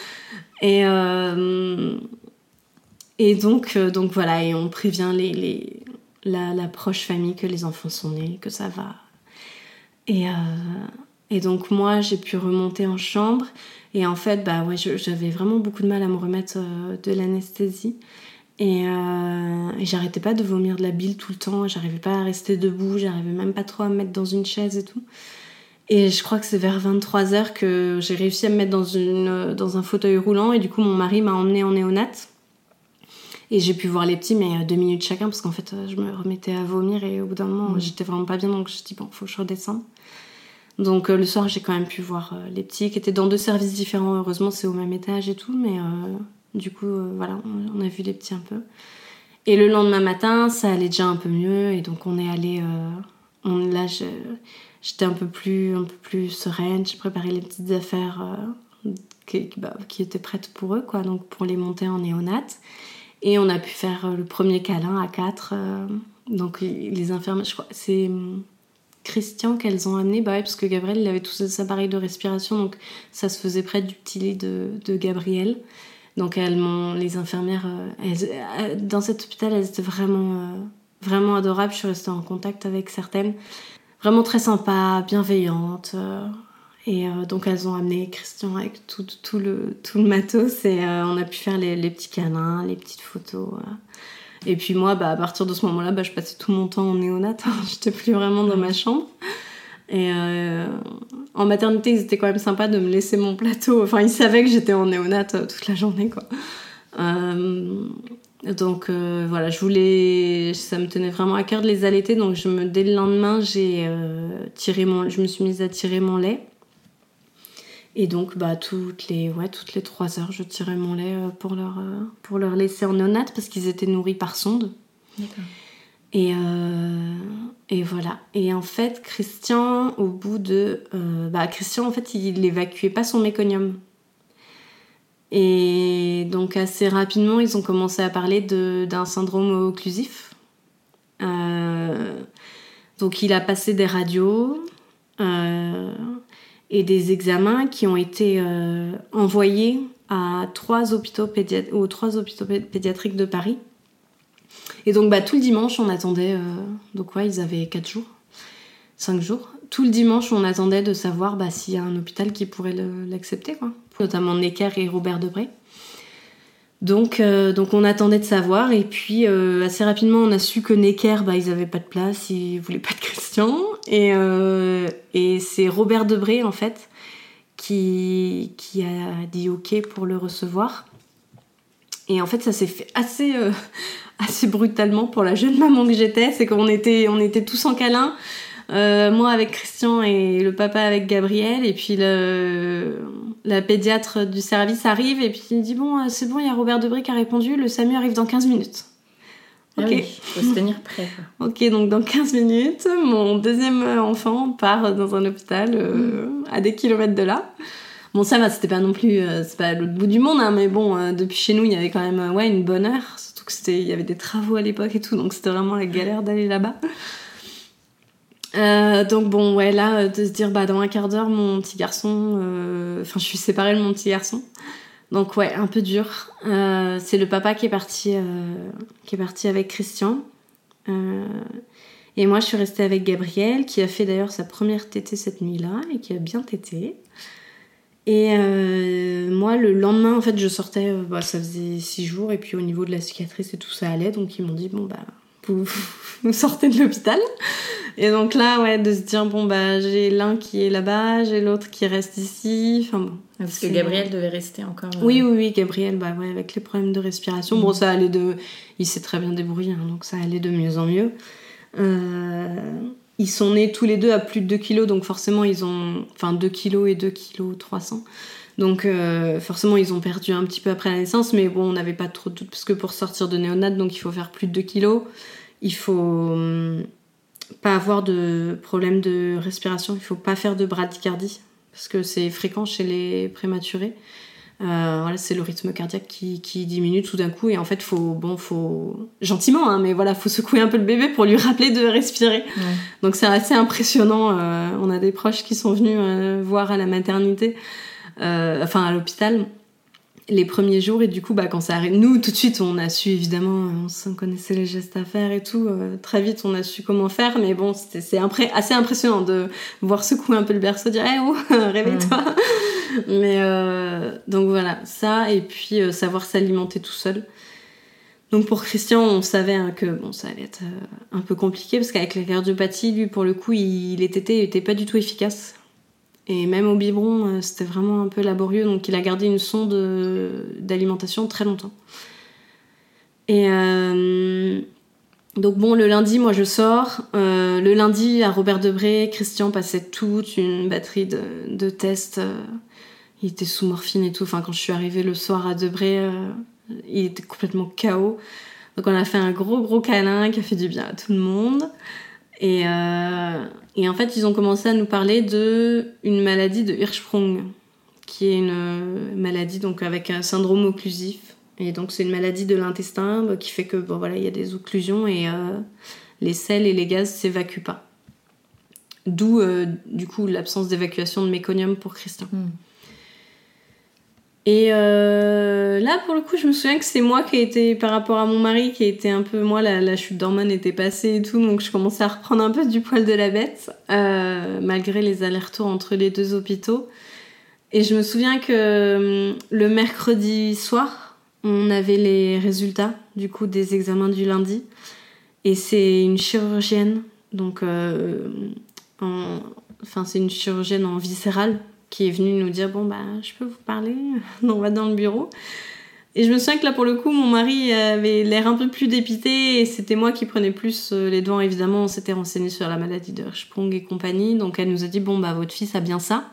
Et donc voilà, et on prévient la proche famille que les enfants sont nés, que ça va. Et donc moi j'ai pu remonter en chambre. Et en fait, j'avais vraiment beaucoup de mal à me remettre de l'anesthésie. Et j'arrêtais pas de vomir de la bile tout le temps, j'arrivais pas à rester debout, j'arrivais même pas trop à me mettre dans une chaise et tout. Et je crois que c'est vers 23h que j'ai réussi à me mettre dans un fauteuil roulant, et du coup mon mari m'a emmenée en néonat. Et j'ai pu voir les petits, mais 2 minutes chacun, parce qu'en fait je me remettais à vomir, et au bout d'un moment j'étais vraiment pas bien, donc je me suis dit bon, faut que je redescende. Donc le soir j'ai quand même pu voir les petits qui étaient dans 2 services différents, heureusement c'est au même étage et tout, mais du coup voilà, on a vu les petits un peu. Et le lendemain matin ça allait déjà un peu mieux, et donc on est allé là j'étais un peu plus sereine, j'ai préparé les petites affaires qui étaient prêtes pour eux, quoi, donc pour les monter en néonat. Et on a pu faire le premier câlin à 4, donc les infirmières, je crois c'est Christian qu'elles ont amené, parce que Gabriel il avait tous ses appareils de respiration, donc ça se faisait près du petit lit de Gabriel. Donc les infirmières, dans cet hôpital, elles étaient vraiment adorables. Je suis restée en contact avec certaines, vraiment très sympas, bienveillantes. Et donc elles ont amené Christian avec tout le matos, et on a pu faire les petits câlins, les petites photos. Et puis moi, à partir de ce moment-là, je passais tout mon temps en néonat. J'étais plus vraiment dans ma chambre. Et en maternité, ils étaient quand même sympas de me laisser mon plateau. Enfin, ils savaient que j'étais en néonat toute la journée, quoi. Donc voilà, ça me tenait vraiment à cœur de les allaiter. Donc dès le lendemain, je me suis mise à tirer mon lait. Et donc toutes les 3 heures, je tirais mon lait pour leur laisser en néonat, parce qu'ils étaient nourris par sonde. D'accord. Et voilà. Et en fait, Christian, au bout de... Christian, en fait, il évacuait pas son méconium. Et donc, assez rapidement, ils ont commencé à parler d'un syndrome occlusif. Donc, il a passé des radios et des examens qui ont été envoyés aux 3 hôpitaux pédiatriques de Paris. Et donc tout le dimanche on attendait, ils avaient 5 jours. Tout le dimanche on attendait de savoir s'il y a un hôpital qui pourrait l'accepter, quoi. Notamment Necker et Robert Debré. Donc on attendait de savoir, et puis assez rapidement on a su que Necker, ils avaient pas de place, ils voulaient pas de Christian, et c'est Robert Debré en fait qui a dit ok pour le recevoir. Et en fait ça s'est fait assez brutalement pour la jeune maman que j'étais. C'est qu'on était tous en câlin, moi avec Christian et le papa avec Gabriel, et puis la pédiatre du service arrive, et puis il dit bon, c'est bon, il y a Robert Debré qui a répondu, le SAMU arrive dans 15 minutes. Ok. Ah oui, faut se tenir prêt, quoi. Ok, donc dans 15 minutes, mon deuxième enfant part dans un hôpital à des kilomètres de là. Bon, ça va, c'était pas non plus, c'est pas l'autre bout du monde, hein, mais bon, depuis chez nous, il y avait quand même une bonne heure. Surtout il y avait des travaux à l'époque et tout, donc c'était vraiment la galère d'aller là-bas. Donc bon, là, de se dire, dans un quart d'heure, mon petit garçon... je suis séparée de mon petit garçon. Donc un peu dur. C'est le papa qui est parti avec Christian. Et moi, je suis restée avec Gabriel, qui a fait d'ailleurs sa première tétée cette nuit-là, et qui a bien tété. Et moi, le lendemain, en fait, je sortais, ça faisait 6 jours, et puis au niveau de la cicatrice et tout, ça allait, donc ils m'ont dit, vous sortez de l'hôpital. Et donc là, de se dire, j'ai l'un qui est là-bas, j'ai l'autre qui reste ici, enfin bon. Parce que Gabriel devait rester encore... Oui, Gabriel, avec les problèmes de respiration, bon, ça allait il s'est très bien débrouillé, hein, donc ça allait de mieux en mieux. Ils sont nés tous les deux à plus de 2 kilos, donc forcément ils ont... 2 kilos et 2 kilos 300. Donc forcément ils ont perdu un petit peu après la naissance, mais bon, on n'avait pas trop de doute, parce que pour sortir de néonat, donc il faut faire plus de 2 kilos. Il faut pas avoir de problème de respiration, il faut pas faire de bradycardie, parce que c'est fréquent chez les prématurés. C'est le rythme cardiaque qui diminue tout d'un coup, et en fait faut gentiment, hein, mais faut secouer un peu le bébé pour lui rappeler de respirer. Ouais. Donc c'est assez impressionnant. On a des proches qui sont venus voir à la maternité, à l'hôpital, les premiers jours, et du coup quand ça arrive, nous tout de suite on a su, évidemment, on connaissait les gestes à faire et tout, très vite on a su comment faire, mais bon c'est assez impressionnant de voir secouer un peu le berceau, dire hey, oh, réveille-toi. Mais donc voilà, ça, et puis savoir s'alimenter tout seul. Donc pour Christian, on savait que bon, ça allait être un peu compliqué parce qu'avec la cardiopathie, lui, pour le coup, il était pas du tout efficace. Et même au biberon, c'était vraiment un peu laborieux. Donc il a gardé une sonde d'alimentation très longtemps. Et donc bon, le lundi, moi je sors. Le lundi, à Robert Debré, Christian passait toute une batterie de tests. Il était sous morphine et tout. Enfin, quand je suis arrivée le soir à Debré, il était complètement KO. Donc on a fait un gros câlin qui a fait du bien à tout le monde. Et en fait, ils ont commencé à nous parler d'une maladie de Hirschsprung, qui est une maladie donc avec un syndrome occlusif. Et donc c'est une maladie de l'intestin qui fait que bon voilà, il y a des occlusions et les sels et les gaz s'évacuent pas. D'où du coup l'absence d'évacuation de méconium pour Christian. Et là pour le coup je me souviens que c'est moi qui ai été, par rapport à mon mari, qui était un peu, moi la chute d'hormones était passée et tout, donc je commençais à reprendre un peu du poil de la bête malgré les allers-retours entre les 2 hôpitaux. Et je me souviens que le mercredi soir on avait les résultats du coup des examens du lundi, et c'est une chirurgienne donc c'est une chirurgienne en viscérale qui est venue nous dire bon bah je peux vous parler, on va dans le bureau. Et je me souviens que là pour le coup mon mari avait l'air un peu plus dépité et c'était moi qui prenais plus les devants. Évidemment on s'était renseigné sur la maladie de Hirschsprung et compagnie, donc elle nous a dit bon bah votre fils a bien ça,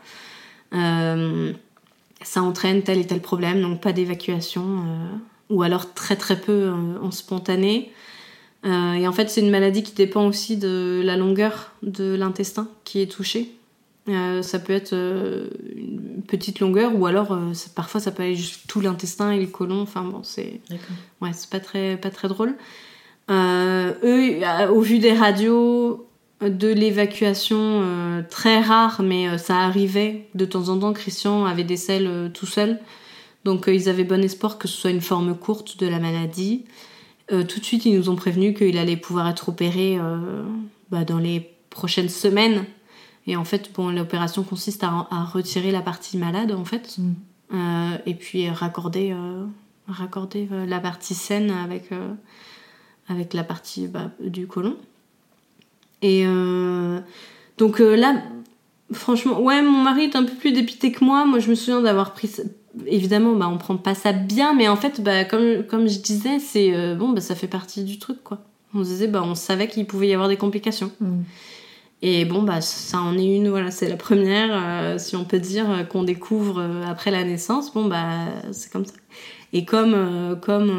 ça entraîne tel et tel problème, donc pas d'évacuation ou alors très très peu en spontané. Et en fait c'est une maladie qui dépend aussi de la longueur de l'intestin qui est touchée. Ça peut être une petite longueur ou alors parfois ça peut aller juste tout l'intestin et le côlon. Enfin bon, c'est pas très drôle. Eux, au vu des radios, de l'évacuation très rare, mais ça arrivait de temps en temps. Christian avait des selles tout seul, donc ils avaient bon espoir que ce soit une forme courte de la maladie. Tout de suite ils nous ont prévenu qu'il allait pouvoir être opéré dans les prochaines semaines. Et en fait, bon, l'opération consiste à retirer la partie malade, en fait, et puis raccorder la partie saine avec la partie du côlon. Et donc là, franchement, ouais, mon mari est un peu plus dépité que moi. Moi, je me souviens d'avoir pris... Évidemment, on prend pas ça bien, mais en fait, comme je disais, c'est ça fait partie du truc, quoi. On se disait, on savait qu'il pouvait y avoir des complications. Et bon, ça en est une, voilà, c'est la première, si on peut dire, qu'on découvre après la naissance. Bon, c'est comme ça. Et en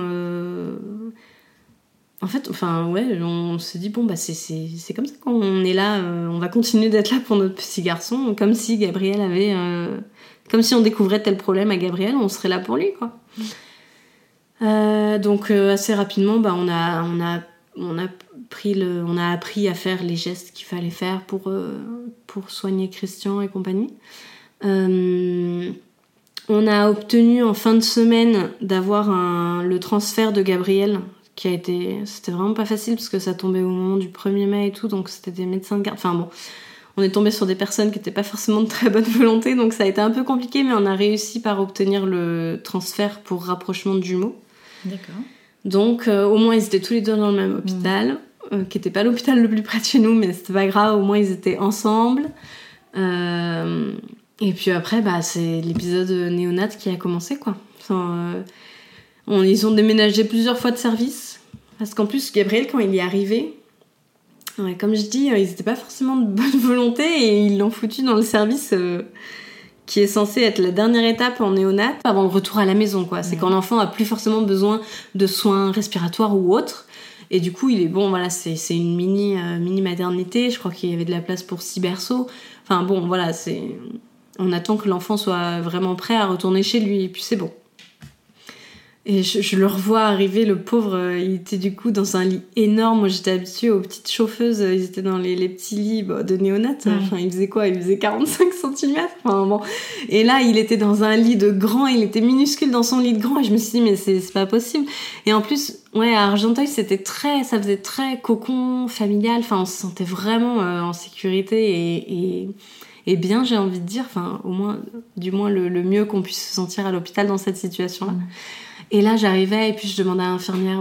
fait, on s'est dit, c'est comme ça, quand on est là, on va continuer d'être là pour notre petit garçon, comme si Gabriel avait... comme si on découvrait tel problème à Gabriel, on serait là pour lui, quoi. Donc, assez rapidement, on a appris à faire les gestes qu'il fallait faire pour soigner Christian et compagnie. On a obtenu en fin de semaine d'avoir le transfert de Gabriel, c'était vraiment pas facile parce que ça tombait au moment du 1er mai et tout, donc c'était des médecins de garde. Enfin bon, on est tombé sur des personnes qui étaient pas forcément de très bonne volonté, donc ça a été un peu compliqué, mais on a réussi par obtenir le transfert pour rapprochement de jumeaux. D'accord. Donc au moins ils étaient tous les deux dans le même hôpital, qui était pas l'hôpital le plus près de chez nous, mais c'était pas grave, au moins ils étaient ensemble. Et puis après, c'est l'épisode néonat qui a commencé, quoi. Ils ont déménagé plusieurs fois de service, parce qu'en plus Gabriel, quand il y est arrivé, comme je dis, ils étaient pas forcément de bonne volonté et ils l'ont foutu dans le service qui est censé être la dernière étape en néonat avant le retour à la maison, quoi. C'est quand l'enfant a plus forcément besoin de soins respiratoires ou autres. Et du coup, il est c'est une mini maternité. Je crois qu'il y avait de la place pour 6 berceaux. Enfin bon, voilà, on attend que l'enfant soit vraiment prêt à retourner chez lui et puis c'est bon. Et je le revois arriver, le pauvre, il était du coup dans un lit énorme. Moi, j'étais habituée aux petites chauffeuses, ils étaient dans les petits lits de néonat. Enfin, il faisait quoi ? Il faisait 45 cm. Enfin, bon. Et là, il était dans un lit de grand, il était minuscule dans son lit de grand. Et je me suis dit, mais c'est pas possible. Et en plus, à Argenteuil, ça faisait très cocon familial. Enfin, on se sentait vraiment en sécurité et bien, j'ai envie de dire. Enfin, du moins le mieux qu'on puisse se sentir à l'hôpital dans cette situation-là. Et là, j'arrivais et puis je demandais à l'infirmière,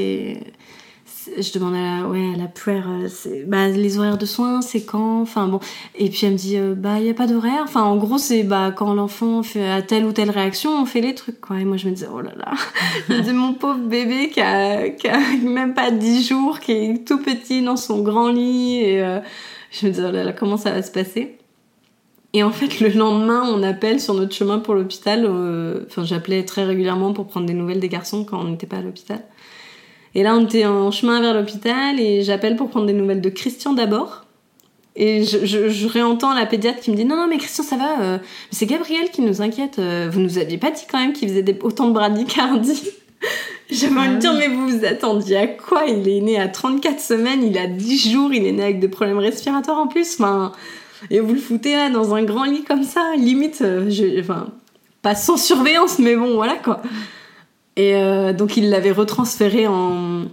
je demandais à la puère, les horaires de soins, c'est quand? Enfin bon. Et puis elle me dit, il y a pas d'horaire. Enfin, en gros, c'est quand l'enfant a telle ou telle réaction, on fait les trucs, quoi. Et moi, je me disais, oh là là. Je me dis, mon pauvre bébé qui a même pas 10 jours, qui est tout petit dans son grand lit. Et je me dis, oh là là, comment ça va se passer? Et en fait, le lendemain, on appelle sur notre chemin pour l'hôpital. J'appelais très régulièrement pour prendre des nouvelles des garçons quand on n'était pas à l'hôpital. Et là, on était en chemin vers l'hôpital et j'appelle pour prendre des nouvelles de Christian d'abord. Et je réentends la pédiatre qui me dit « Non, mais Christian, ça va. C'est Gabriel qui nous inquiète. Vous nous aviez pas dit quand même qu'il faisait autant de bradycardie ?» J'avais envie de dire « Mais vous vous attendiez à quoi? Il est né à 34 semaines, il a 10 jours, il est né avec des problèmes respiratoires en plus. Et vous le foutez là dans un grand lit comme ça, limite, pas sans surveillance, mais bon, voilà quoi. » Et donc il l'avait retransféré en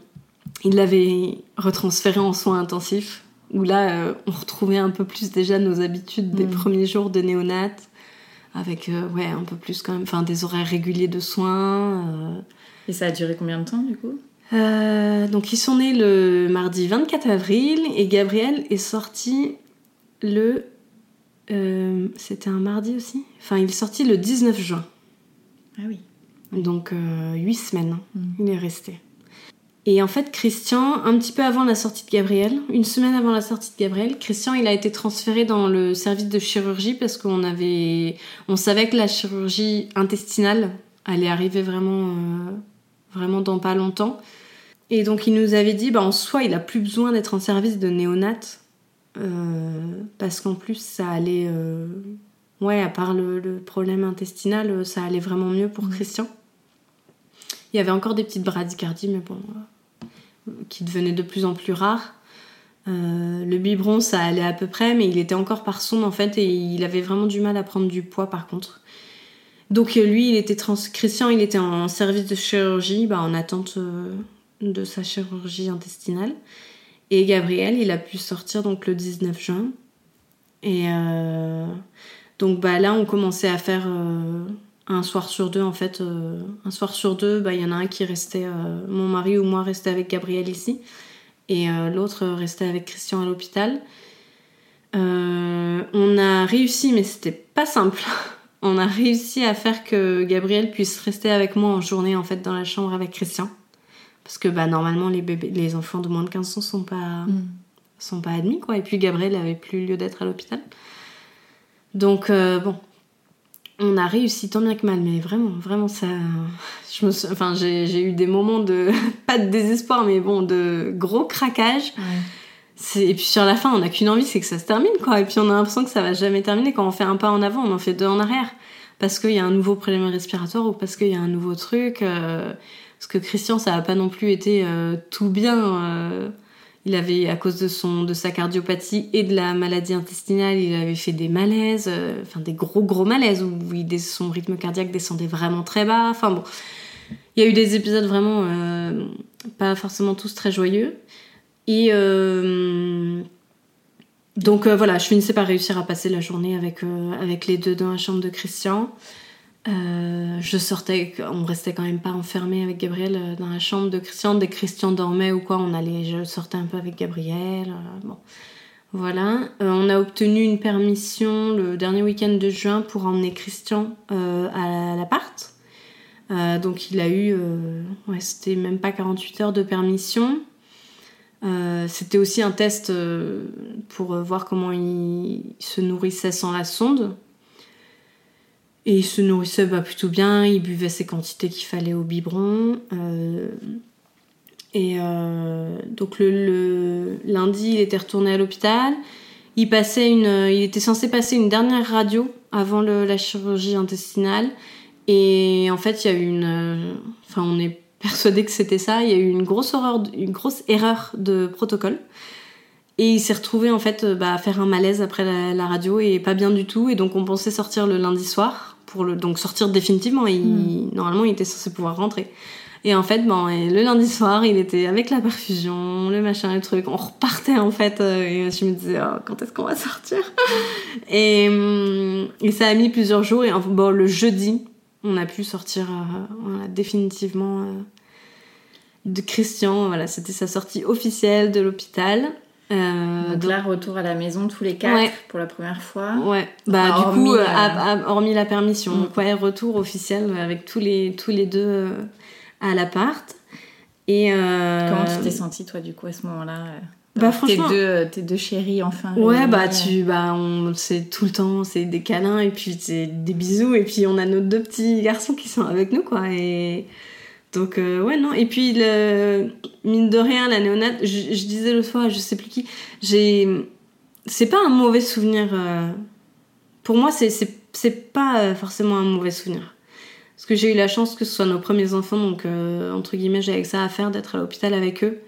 soins intensifs, où là on retrouvait un peu plus déjà nos habitudes des premiers jours de néonat, avec un peu plus quand même, des horaires réguliers de soins. Et ça a duré combien de temps du coup? Donc ils sont nés le mardi 24 avril et Gabriel est sorti c'était un mardi aussi? Il est sorti le 19 juin. Ah oui. Donc 8 semaines, il est resté. Et en fait, Christian, un petit peu avant la sortie de Gabriel, une semaine avant la sortie de Gabriel, Christian, il a été transféré dans le service de chirurgie parce qu'on savait que la chirurgie intestinale allait arriver vraiment dans pas longtemps. Et donc, il nous avait dit, en soi, il a plus besoin d'être en service de néonat parce qu'en plus, ça allait... à part le problème intestinal, ça allait vraiment mieux pour Christian. Il y avait encore des petites bradycardies, mais qui devenaient de plus en plus rares. Le biberon, ça allait à peu près, mais il était encore par sonde, en fait, et il avait vraiment du mal à prendre du poids, par contre. Donc, lui, Christian, il était en service de chirurgie, en attente de sa chirurgie intestinale. Et Gabriel, il a pu sortir donc le 19 juin. Et... Donc là, on commençait à faire un soir sur deux, en fait. Un soir sur deux, il y en a un qui restait... mon mari ou moi restait avec Gabriel ici. Et l'autre restait avec Christian à l'hôpital. On a réussi, mais c'était pas simple. On a réussi à faire que Gabriel puisse rester avec moi en journée, en fait, dans la chambre avec Christian. Parce que normalement, les enfants de moins de 15 ans sont pas admis, quoi. Et puis Gabriel avait plus lieu d'être à l'hôpital. Donc, on a réussi tant bien que mal, mais vraiment, ça... j'ai eu des moments de... pas de désespoir, mais de gros craquage. Ouais. Et puis sur la fin, on n'a qu'une envie, c'est que ça se termine, quoi. Et puis on a l'impression que ça va jamais terminer. Quand on fait un pas en avant, on en fait 2 en arrière. Parce qu'il y a un nouveau problème respiratoire ou parce qu'il y a un nouveau truc. Parce que Christian, ça n'a pas non plus été tout bien... Il avait, à cause de sa cardiopathie et de la maladie intestinale, il avait fait des malaises, des gros malaises où son rythme cardiaque descendait vraiment très bas. Il y a eu des épisodes vraiment pas forcément tous très joyeux. Et donc je finissais par réussir à passer la journée avec les deux dans la chambre de Christian. On restait quand même pas enfermés avec Gabriel dans la chambre de Christian. Dès que Christian dormait ou quoi, je sortais un peu avec Gabriel. Voilà. On a obtenu une permission le dernier week-end de juin pour emmener Christian à l'appart. Donc il a eu, c'était même pas 48 heures de permission. C'était aussi un test pour voir comment il se nourrissait sans la sonde. Et il se nourrissait plutôt bien, il buvait ses quantités qu'il fallait au biberon. Donc le lundi, il était retourné à l'hôpital. Il était censé passer une dernière radio avant la chirurgie intestinale. Et en fait, il y a eu on est persuadé que c'était ça. Il y a eu une grosse erreur de protocole. Et il s'est retrouvé en fait à faire un malaise après la radio et pas bien du tout. Et donc on pensait sortir le lundi soir donc sortir définitivement. Normalement il était censé pouvoir rentrer. Et en fait le lundi soir il était avec la perfusion, le machin, le truc. On repartait en fait et je me disais quand est-ce qu'on va sortir. Et ça a mis plusieurs jours et le jeudi on a pu sortir définitivement de Christian. Voilà, c'était sa sortie officielle de l'hôpital. Donc là, retour à la maison tous les 4 pour la première fois. Ouais, bah du coup, hormis la permission. Donc ouais, retour officiel avec tous les deux à l'appart. Et comment tu t'es sentie toi du coup à ce moment-là franchement, tes deux chéris enfin. Ouais, c'est tout le temps, c'est des câlins et puis c'est des bisous et puis on a nos 2 petits garçons qui sont avec nous quoi. Et donc non, et puis mine de rien la néonate, je disais l'autre fois, je sais plus qui, c'est pas un mauvais souvenir pour moi, c'est pas forcément un mauvais souvenir. Parce que j'ai eu la chance que ce soit nos premiers enfants, donc entre guillemets j'ai avec ça à faire d'être à l'hôpital avec eux.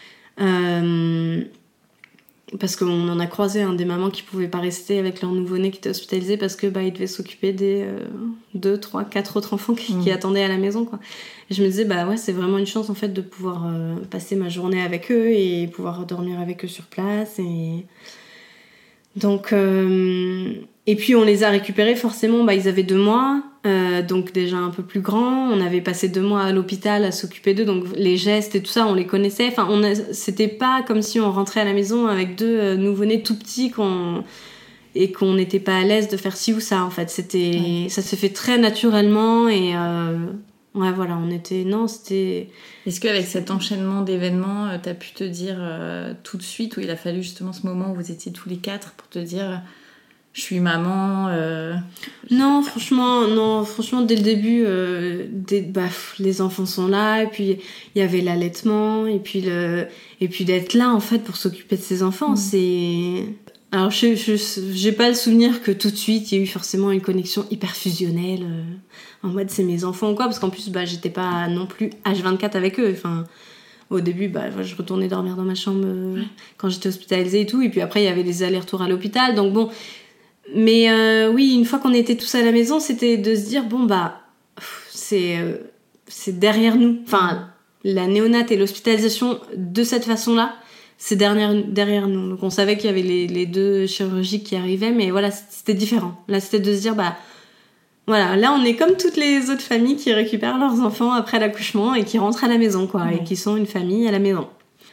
Parce qu'on en a croisé des mamans qui pouvaient pas rester avec leur nouveau-né qui était hospitalisé parce que ils devaient s'occuper des 2, 3, 4 autres enfants qui attendaient à la maison quoi. Et je me disais c'est vraiment une chance en fait de pouvoir passer ma journée avec eux et pouvoir dormir avec eux sur place et donc et puis on les a récupérés forcément, ils avaient 2 mois, donc déjà un peu plus grands. On avait passé 2 mois à l'hôpital à s'occuper d'eux, donc les gestes et tout ça, on les connaissait. Enfin, c'était pas comme si on rentrait à la maison avec 2 nouveau-nés tout petits et qu'on n'était pas à l'aise de faire ci ou ça. En fait, ça s'est fait très naturellement et voilà, c'était. Est-ce qu'avec cet enchaînement d'événements, t'as pu te dire tout de suite, où il a fallu justement ce moment où vous étiez tous les 4 pour te dire je suis maman Non, franchement, dès le début, les enfants sont là, et puis il y avait l'allaitement, et puis d'être là en fait pour s'occuper de ses enfants, c'est. Alors j'ai pas le souvenir que tout de suite il y a eu forcément une connexion hyper fusionnelle, en mode c'est mes enfants ou quoi, parce qu'en plus j'étais pas non plus H24 avec eux, enfin. Au début, je retournais dormir dans ma chambre quand j'étais hospitalisée et tout, et puis après il y avait des allers-retours à l'hôpital, donc bon. Mais oui, une fois qu'on était tous à la maison, c'était de se dire c'est derrière nous. Enfin, la néonate et l'hospitalisation de cette façon-là, c'est derrière nous. Donc on savait qu'il y avait les 2 chirurgies qui arrivaient, mais voilà, c'était différent. Là, c'était de se dire voilà, là on est comme toutes les autres familles qui récupèrent leurs enfants après l'accouchement et qui rentrent à la maison quoi, et qui sont une famille à la maison.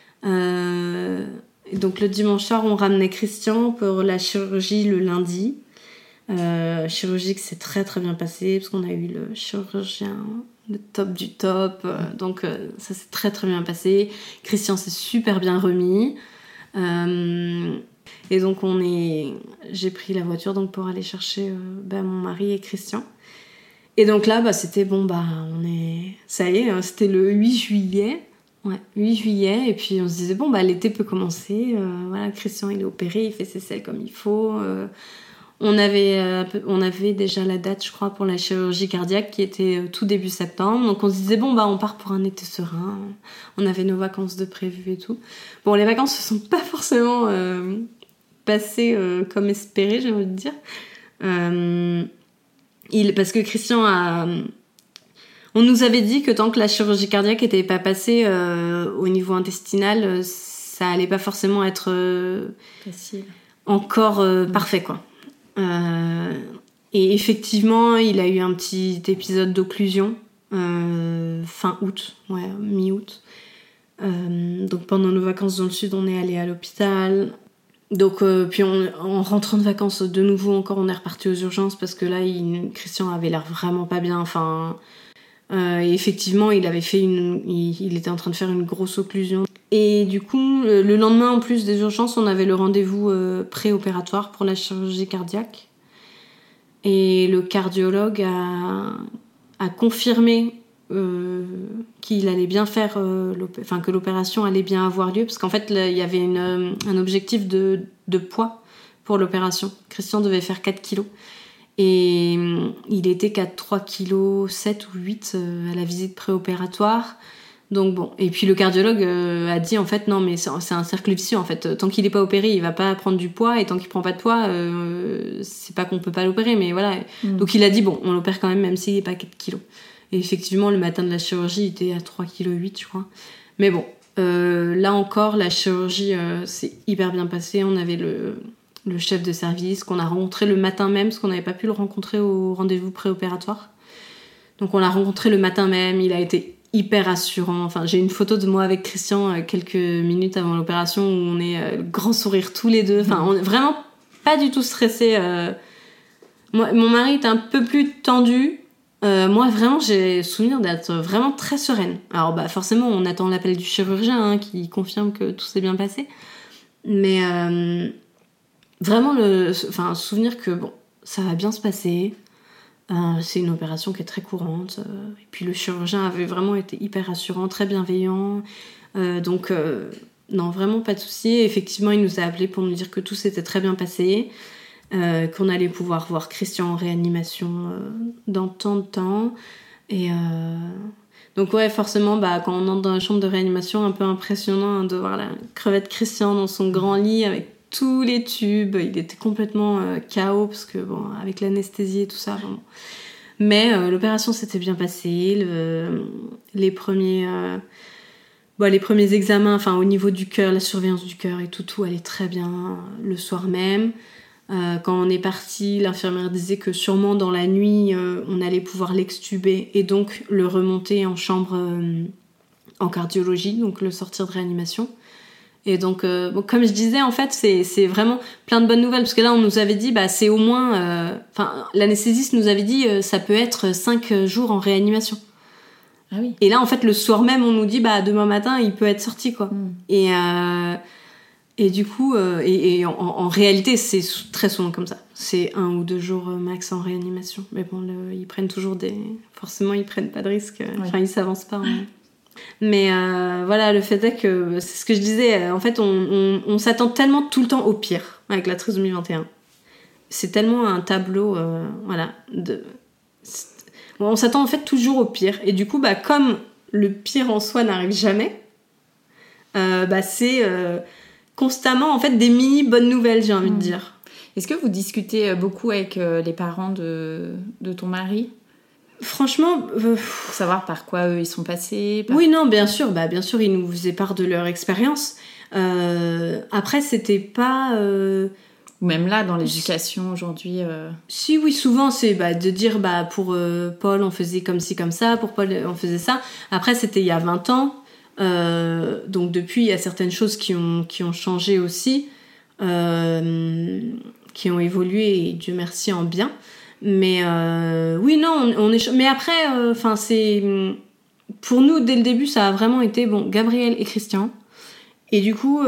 Donc le dimanche soir, on ramenait Christian pour la chirurgie le lundi. Chirurgie qui s'est très très bien passée parce qu'on a eu le chirurgien le top du top. Donc ça s'est très très bien passé. Christian s'est super bien remis. Et donc j'ai pris la voiture donc pour aller chercher mon mari et Christian. Et donc là, c'était ça y est, c'était le 8 juillet. Ouais, 8 juillet, et puis on se disait, l'été peut commencer, voilà, Christian il est opéré, il fait ses selles comme il faut. On avait déjà la date, je crois, pour la chirurgie cardiaque qui était tout début septembre, donc on se disait, on part pour un été serein, on avait nos vacances de prévues et tout. Bon, les vacances se sont pas forcément passées comme espéré, j'ai envie de dire. Parce que Christian on nous avait dit que tant que la chirurgie cardiaque n'était pas passée au niveau intestinal, ça allait pas forcément être facile. Encore parfait, quoi. Et effectivement, il a eu un petit épisode d'occlusion fin août, mi-août. Donc pendant nos vacances dans le sud, on est allé à l'hôpital. Donc puis en rentrant de vacances de nouveau encore, on est reparti aux urgences parce que là, Christian avait l'air vraiment pas bien. Enfin. Et effectivement, il était en train de faire une grosse occlusion. Et du coup, le lendemain, en plus des urgences, on avait le rendez-vous préopératoire pour la chirurgie cardiaque. Et le cardiologue a confirmé qu'il allait bien faire, que l'opération allait bien avoir lieu, parce qu'en fait, il y avait un objectif de poids pour l'opération. Christian devait faire 4 kilos. Et il était qu'à 3 kg 7 ou 8 à la visite préopératoire. Donc bon, et puis le cardiologue a dit en fait non mais c'est un cercle vicieux en fait. Tant qu'il n'est pas opéré, il va pas prendre du poids, et tant qu'il prend pas de poids, c'est pas qu'on peut pas l'opérer, mais voilà. Donc il a dit on l'opère quand même s'il n'est pas 4 kilos. Et effectivement le matin de la chirurgie il était à 3 kg 8 je crois. Mais bon, là encore la chirurgie s'est hyper bien passée. On avait le chef de service qu'on a rencontré le matin même, parce qu'on n'avait pas pu le rencontrer au rendez-vous préopératoire. Donc on l'a rencontré le matin même, il a été hyper rassurant. Enfin, j'ai une photo de moi avec Christian quelques minutes avant l'opération où on est le grand sourire tous les deux. Enfin, on est vraiment pas du tout stressés. Mon mari était un peu plus tendu. Moi, vraiment, j'ai souvenir d'être vraiment très sereine. Alors, forcément, on attend l'appel du chirurgien qui confirme que tout s'est bien passé. Mais vraiment, souvenir que bon, ça va bien se passer. C'est une opération qui est très courante. Et puis, le chirurgien avait vraiment été hyper rassurant, très bienveillant. Donc, non, vraiment pas de souci. Effectivement, il nous a appelés pour nous dire que tout s'était très bien passé. Qu'on allait pouvoir voir Christian en réanimation dans tant de temps. Et donc ouais, forcément, quand on entre dans la chambre de réanimation, un peu impressionnant de voir la crevette Christian dans son grand lit avec tous les tubes. Il était complètement KO parce que bon, avec l'anesthésie et tout ça. Vraiment. Mais l'opération s'était bien passée. Les premiers examens, enfin au niveau du cœur, la surveillance du cœur et tout allait très bien le soir même. Quand on est parti, l'infirmière disait que sûrement dans la nuit, on allait pouvoir l'extuber et donc le remonter en chambre en cardiologie, donc le sortir de réanimation. Et donc, comme je disais, en fait, c'est vraiment plein de bonnes nouvelles, parce que là, on nous avait dit, c'est au moins... l'anesthésiste nous avait dit, ça peut être 5 jours en réanimation. Ah oui. Et là, en fait, le soir même, on nous dit, demain matin, il peut être sorti, quoi. Et du coup, en réalité, c'est très souvent comme ça. C'est 1 ou 2 jours max en réanimation. Mais bon, ils prennent toujours forcément, ils prennent pas de risques. Enfin, ils s'avancent pas. Mais voilà, le fait est que, c'est ce que je disais, en fait, on s'attend tellement tout le temps au pire avec la trisomie 21. C'est tellement un tableau, on s'attend en fait toujours au pire. Et du coup, comme le pire en soi n'arrive jamais, c'est... constamment en fait des mini bonnes nouvelles, j'ai envie de dire. Est-ce que vous discutez beaucoup avec les parents de ton mari ? Franchement, pour savoir par quoi eux ils sont passés. Oui, non, bien sûr, ils nous faisaient part de leur expérience. Après, c'était pas. Même là, dans l'éducation aujourd'hui. Si, oui, souvent c'est de dire pour Paul on faisait comme ci comme ça, pour Paul on faisait ça. Après, c'était il y a 20 ans. Donc depuis il y a certaines choses qui ont changé aussi, qui ont évolué et Dieu merci en bien, mais oui non on est mais après c'est pour nous dès le début ça a vraiment été Gabriel et Christian et du coup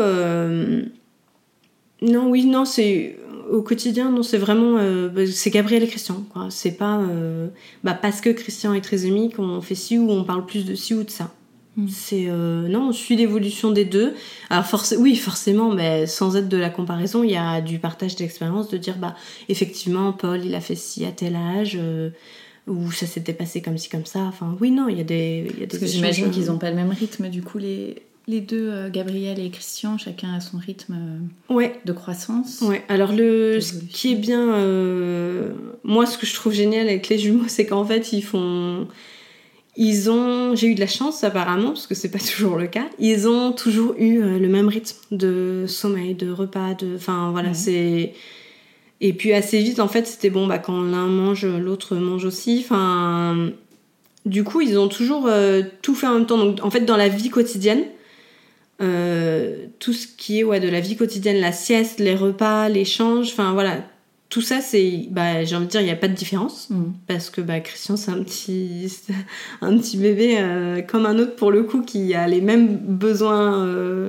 c'est au quotidien c'est vraiment c'est Gabriel et Christian quoi. C'est pas parce que Christian est trisomique qu'on fait ci ou on parle plus de ci ou de ça. C'est on suit l'évolution des deux. Alors forcément, mais sans être de la comparaison, il y a du partage d'expérience de dire effectivement Paul il a fait ci à tel âge ou ça s'était passé comme ci comme ça. Enfin il y a des parce que j'imagine qu'ils n'ont pas le même rythme du coup les deux Gabriel et Christian, chacun a son rythme de croissance. Ouais. Alors ce qui est bien, moi ce que je trouve génial avec les jumeaux, c'est qu'en fait j'ai eu de la chance apparemment, parce que c'est pas toujours le cas, ils ont toujours eu le même rythme de sommeil, de repas, c'est... Et puis assez vite en fait c'était quand l'un mange, l'autre mange aussi, du coup ils ont toujours tout fait en même temps, donc en fait dans la vie quotidienne, tout ce qui est de la vie quotidienne, la sieste, les repas, l'échange, tout ça, c'est, j'ai envie de dire, il n'y a pas de différence. Parce que Christian, c'est un petit bébé comme un autre, pour le coup, qui a les mêmes besoins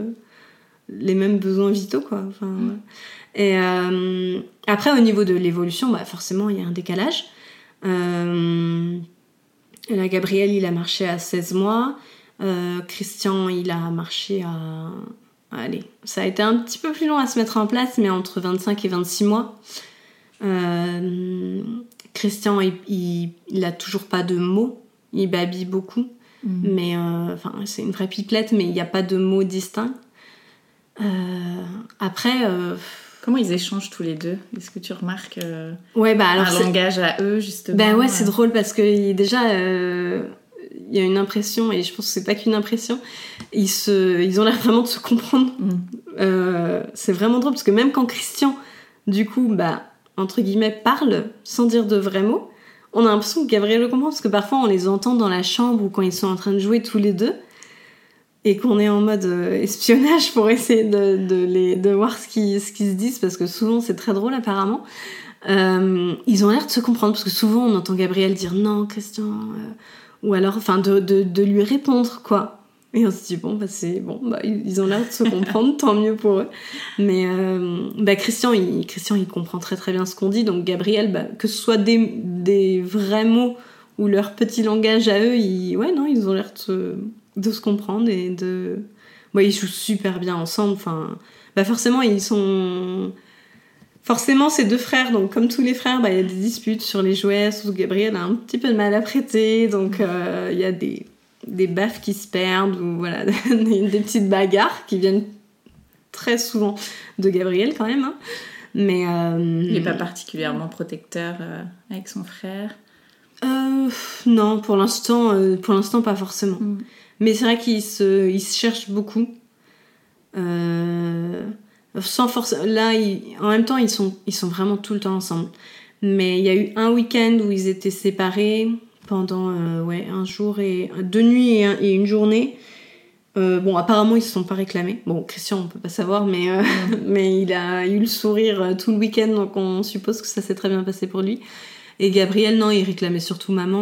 vitaux, quoi. Et après, au niveau de l'évolution, forcément, il y a un décalage. Là, Gabriel, il a marché à 16 mois. Christian, il a marché à... Allez, ça a été un petit peu plus long à se mettre en place, mais entre 25 et 26 mois. Christian il a toujours pas de mots, il babille beaucoup, mais c'est une vraie pipelette, mais il n'y a pas de mots distincts. Après comment ils échangent tous les deux? Est-ce que tu remarques alors un langage à eux justement? C'est drôle parce que déjà il y a une impression, et je pense que c'est pas qu'une impression, ils ont l'air vraiment de se comprendre. C'est vraiment drôle parce que même quand Christian du coup entre guillemets parle sans dire de vrais mots, on a l'impression que Gabriel le comprend, parce que parfois on les entend dans la chambre ou quand ils sont en train de jouer tous les deux, et qu'on est en mode espionnage pour essayer de voir ce qu'ils se disent, parce que souvent c'est très drôle apparemment. Ils ont l'air de se comprendre, parce que souvent on entend Gabriel dire non Christian, ou alors enfin de lui répondre quoi. Et on se dit c'est bon, ils ont l'air de se comprendre, tant mieux pour eux. Mais Christian il comprend très très bien ce qu'on dit, donc Gabriel, que ce soit des vrais mots ou leur petit langage à eux, ils ont l'air de se comprendre et de... ils jouent super bien ensemble, enfin... forcément, Forcément, c'est deux frères, donc comme tous les frères, il y a des disputes sur les jouets, surtout Gabriel a un petit peu de mal à prêter, donc il y a des baffes qui se perdent, ou voilà, des petites bagarres qui viennent très souvent de Gabriel quand même, hein. Mais... Il n'est pas particulièrement protecteur avec son frère. Non, pour l'instant pas forcément. Mais c'est vrai qu'il se cherche beaucoup. Sans force. Là, en même temps, ils sont vraiment tout le temps ensemble. Mais il y a eu un week-end où ils étaient séparés pendant un jour et 2 nuits et une journée. Apparemment, ils se sont pas réclamés. Bon, Christian, on peut pas savoir, mais il a eu le sourire tout le week-end, donc on suppose que ça s'est très bien passé pour lui. Et Gabriel, non, il réclamait surtout maman,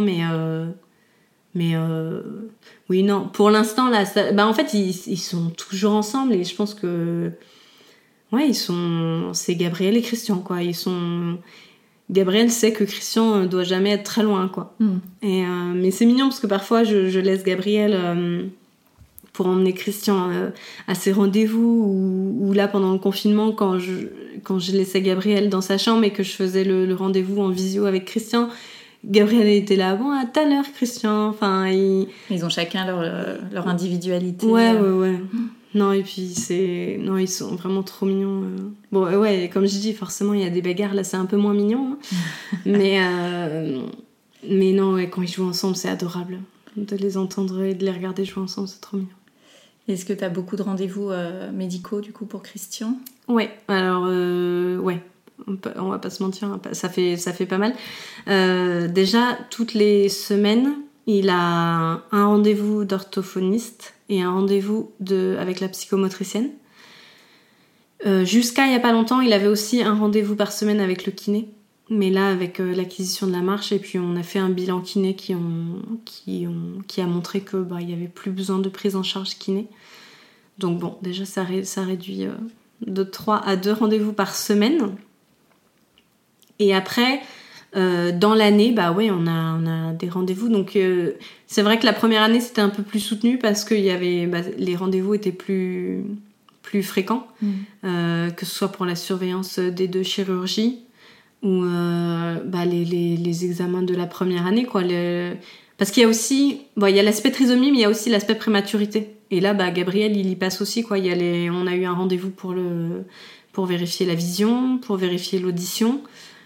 oui, non. Pour l'instant, là, en fait, ils sont toujours ensemble, et je pense que... Ouais, c'est Gabriel et Christian, quoi. Gabriel sait que Christian doit jamais être très loin, quoi. Mais c'est mignon, parce que parfois, je laisse Gabriel... pour emmener Christian à ses rendez-vous, ou là pendant le confinement quand je laissais Gabriel dans sa chambre et que je faisais le rendez-vous en visio avec Christian, Gabriel était là, à tout à l'heure Christian, enfin ils ont chacun leur individualité. Ouais. Non, et puis ils sont vraiment trop mignons. Comme je dis, forcément il y a des bagarres, là c'est un peu moins mignon, hein. mais non, quand ils jouent ensemble c'est adorable de les entendre et de les regarder jouer ensemble, c'est trop mignon. Est-ce que tu as beaucoup de rendez-vous médicaux, du coup, pour Christian ? Ouais, alors, on va pas se mentir, hein, ça fait pas mal. Déjà, toutes les semaines, il a un rendez-vous d'orthophoniste et un rendez-vous avec la psychomotricienne. Jusqu'à il y a pas longtemps, il avait aussi un rendez-vous par semaine avec le kiné. Mais là, avec l'acquisition de la marche, et puis on a fait un bilan kiné qui a montré que il y avait plus besoin de prise en charge kiné. Donc bon, déjà ça réduit de 3 à 2 rendez-vous par semaine. Et après, dans l'année, on a des rendez-vous. Donc c'est vrai que la première année c'était un peu plus soutenu parce que les rendez-vous étaient plus fréquents, que ce soit pour la surveillance des 2 chirurgies, ou les examens de la première année, quoi. Parce qu'il y a aussi... il y a l'aspect trisomie, mais il y a aussi l'aspect prématurité. Et là, Gabriel, il y passe aussi, quoi. On a eu un rendez-vous pour vérifier la vision, pour vérifier l'audition.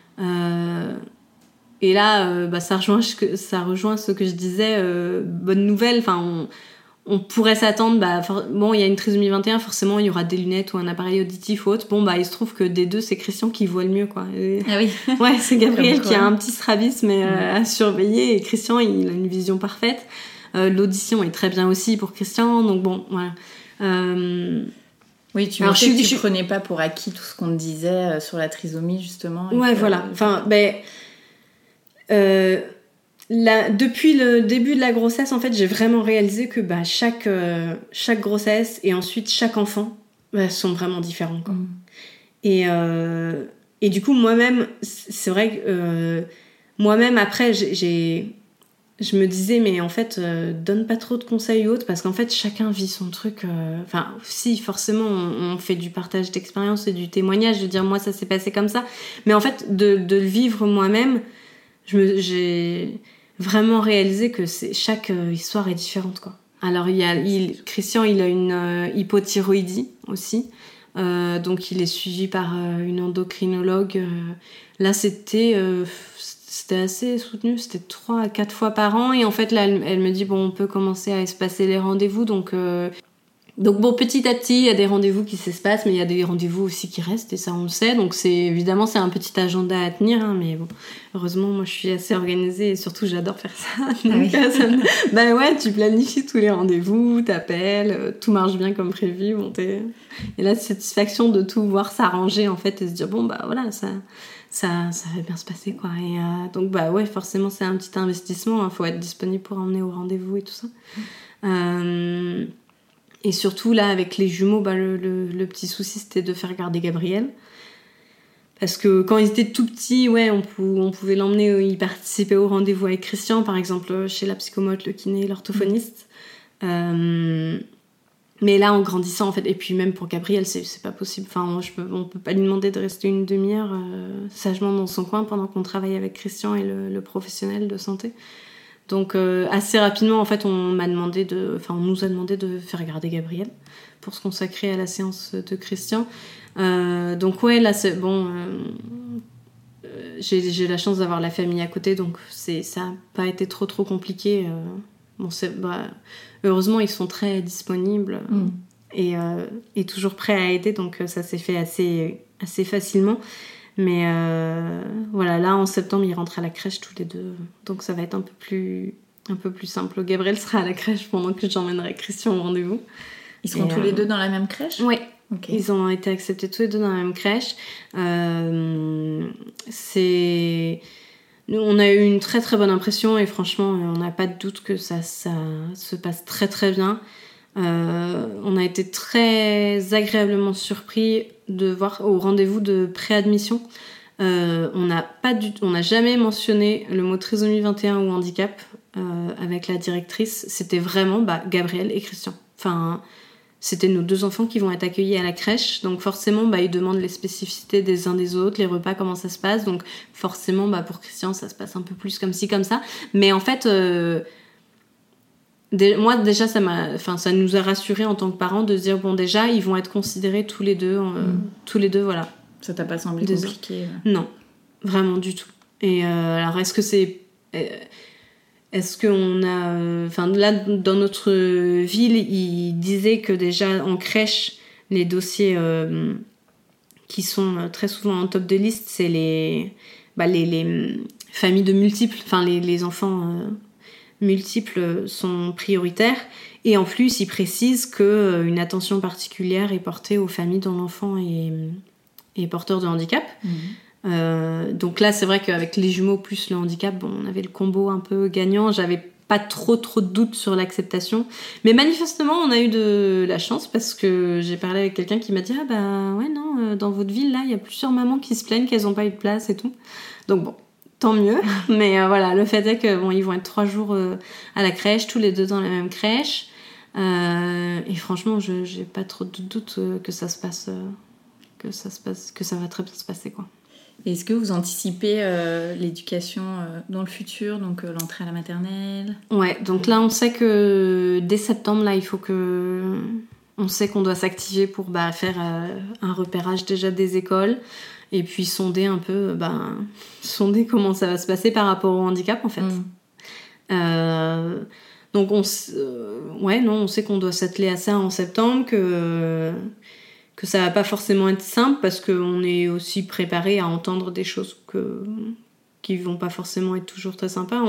Et là, ça rejoint ce que je disais. Bonne nouvelle, on pourrait s'attendre, il y a une trisomie 21, forcément il y aura des lunettes ou un appareil auditif ou autre. Il se trouve que des deux, c'est Christian qui voit le mieux, quoi. Ah oui. Ouais, c'est Gabriel qui a un petit strabisme à surveiller, et Christian, il a une vision parfaite. L'audition est très bien aussi pour Christian, donc bon, voilà. Oui, tu prenais pas pour acquis tout ce qu'on te disait sur la trisomie, justement. Ouais, voilà. Depuis le début de la grossesse, en fait, j'ai vraiment réalisé que chaque grossesse et ensuite chaque enfant sont vraiment différents, quoi. Et du coup, moi-même, c'est vrai que moi-même, après, je me disais, mais en fait, donne pas trop de conseils ou autres, parce qu'en fait, chacun vit son truc. Si, forcément, on fait du partage d'expérience et du témoignage, de dire, moi, ça s'est passé comme ça. Mais en fait, de le vivre moi-même, j'ai vraiment réalisé que chaque histoire est différente, quoi. Alors, Christian, il a une hypothyroïdie aussi. Donc, il est suivi par une endocrinologue. Là, c'était assez soutenu, c'était 3 à 4 fois par an, et en fait là elle me dit on peut commencer à espacer les rendez-vous, donc Donc bon, petit à petit, il y a des rendez-vous qui s'espacent, mais il y a des rendez-vous aussi qui restent, et ça on le sait. Donc évidemment c'est un petit agenda à tenir, hein, mais bon, heureusement moi je suis assez organisée et surtout j'adore faire ça. Donc bah ouais, tu planifies tous les rendez-vous, t'appelles, tout marche bien comme prévu. Bon, et la satisfaction de tout voir s'arranger en fait et se dire bon bah voilà ça va bien se passer quoi. Et donc bah ouais, forcément c'est un petit investissement, hein, faut être disponible pour emmener au rendez-vous et tout ça. Et surtout là avec les jumeaux, bah, le petit souci c'était de faire garder Gabriel, parce que quand ils étaient tout petits, ouais, on pouvait l'emmener, il participait au rendez-vous avec Christian par exemple, chez la psychomote, le kiné, l'orthophoniste. Mais là en grandissant en fait, et puis même pour Gabriel c'est pas possible, enfin on peut pas lui demander de rester une demi-heure sagement dans son coin pendant qu'on travaille avec Christian et le professionnel de santé. Donc assez rapidement en fait on nous a demandé de faire garder Gabriel pour se consacrer à la séance de Christian. Donc ouais là c'est bon, j'ai la chance d'avoir la famille à côté, donc ça a pas été trop compliqué. Bon heureusement ils sont très disponibles et toujours prêts à aider, donc ça s'est fait assez facilement. Mais voilà, là en septembre ils rentrent à la crèche tous les deux, donc ça va être un peu plus simple. Gabriel sera à la crèche pendant que j'emmènerai Christian au rendez-vous. Ils seront tous les deux dans la même crèche ? Oui, okay. Ils ont été acceptés tous les deux dans la même crèche. Nous, on a eu une très très bonne impression et franchement on n'a pas de doute que ça se passe très très bien. On a été très agréablement surpris de voir au rendez-vous de préadmission. On n'a jamais mentionné le mot trisomie 21 ou handicap avec la directrice. C'était vraiment Gabriel et Christian. Enfin, c'était nos 2 enfants qui vont être accueillis à la crèche, donc forcément ils demandent les spécificités des uns des autres, les repas, comment ça se passe. Donc forcément pour Christian ça se passe un peu plus comme ci comme ça. Mais en fait moi déjà ça nous a rassurés en tant que parents de se dire bon déjà ils vont être considérés tous les deux voilà. Ça t'a pas semblé compliqué? Non, vraiment du tout. Et alors est-ce qu'on a là dans notre ville ils disaient que déjà en crèche les dossiers qui sont très souvent en top de liste c'est les familles de multiples, les enfants multiples sont prioritaires, et en plus ils précisent qu'une attention particulière est portée aux familles dont l'enfant est porteur de handicap. Donc là c'est vrai qu'avec les jumeaux plus le handicap, on avait le combo un peu gagnant. J'avais pas trop de doutes sur l'acceptation, mais manifestement on a eu de la chance, parce que j'ai parlé avec quelqu'un qui m'a dit dans votre ville là il y a plusieurs mamans qui se plaignent qu'elles ont pas eu de place et tout, donc bon tant mieux. Mais voilà, le fait est que ils vont être 3 jours à la crèche, tous les deux dans la même crèche, et franchement j'ai pas trop de doutes que ça va très bien se passer quoi. Est-ce que vous anticipez l'éducation dans le futur, donc l'entrée à la maternelle ? Ouais, donc là on sait que dès septembre là on sait qu'on doit s'activer pour faire un repérage déjà des écoles, et puis sonder un peu comment ça va se passer par rapport au handicap en fait. Donc on sait qu'on doit s'atteler à ça en septembre, que ça va pas forcément être simple, parce qu'on est aussi préparé à entendre des choses qui vont pas forcément être toujours très sympas.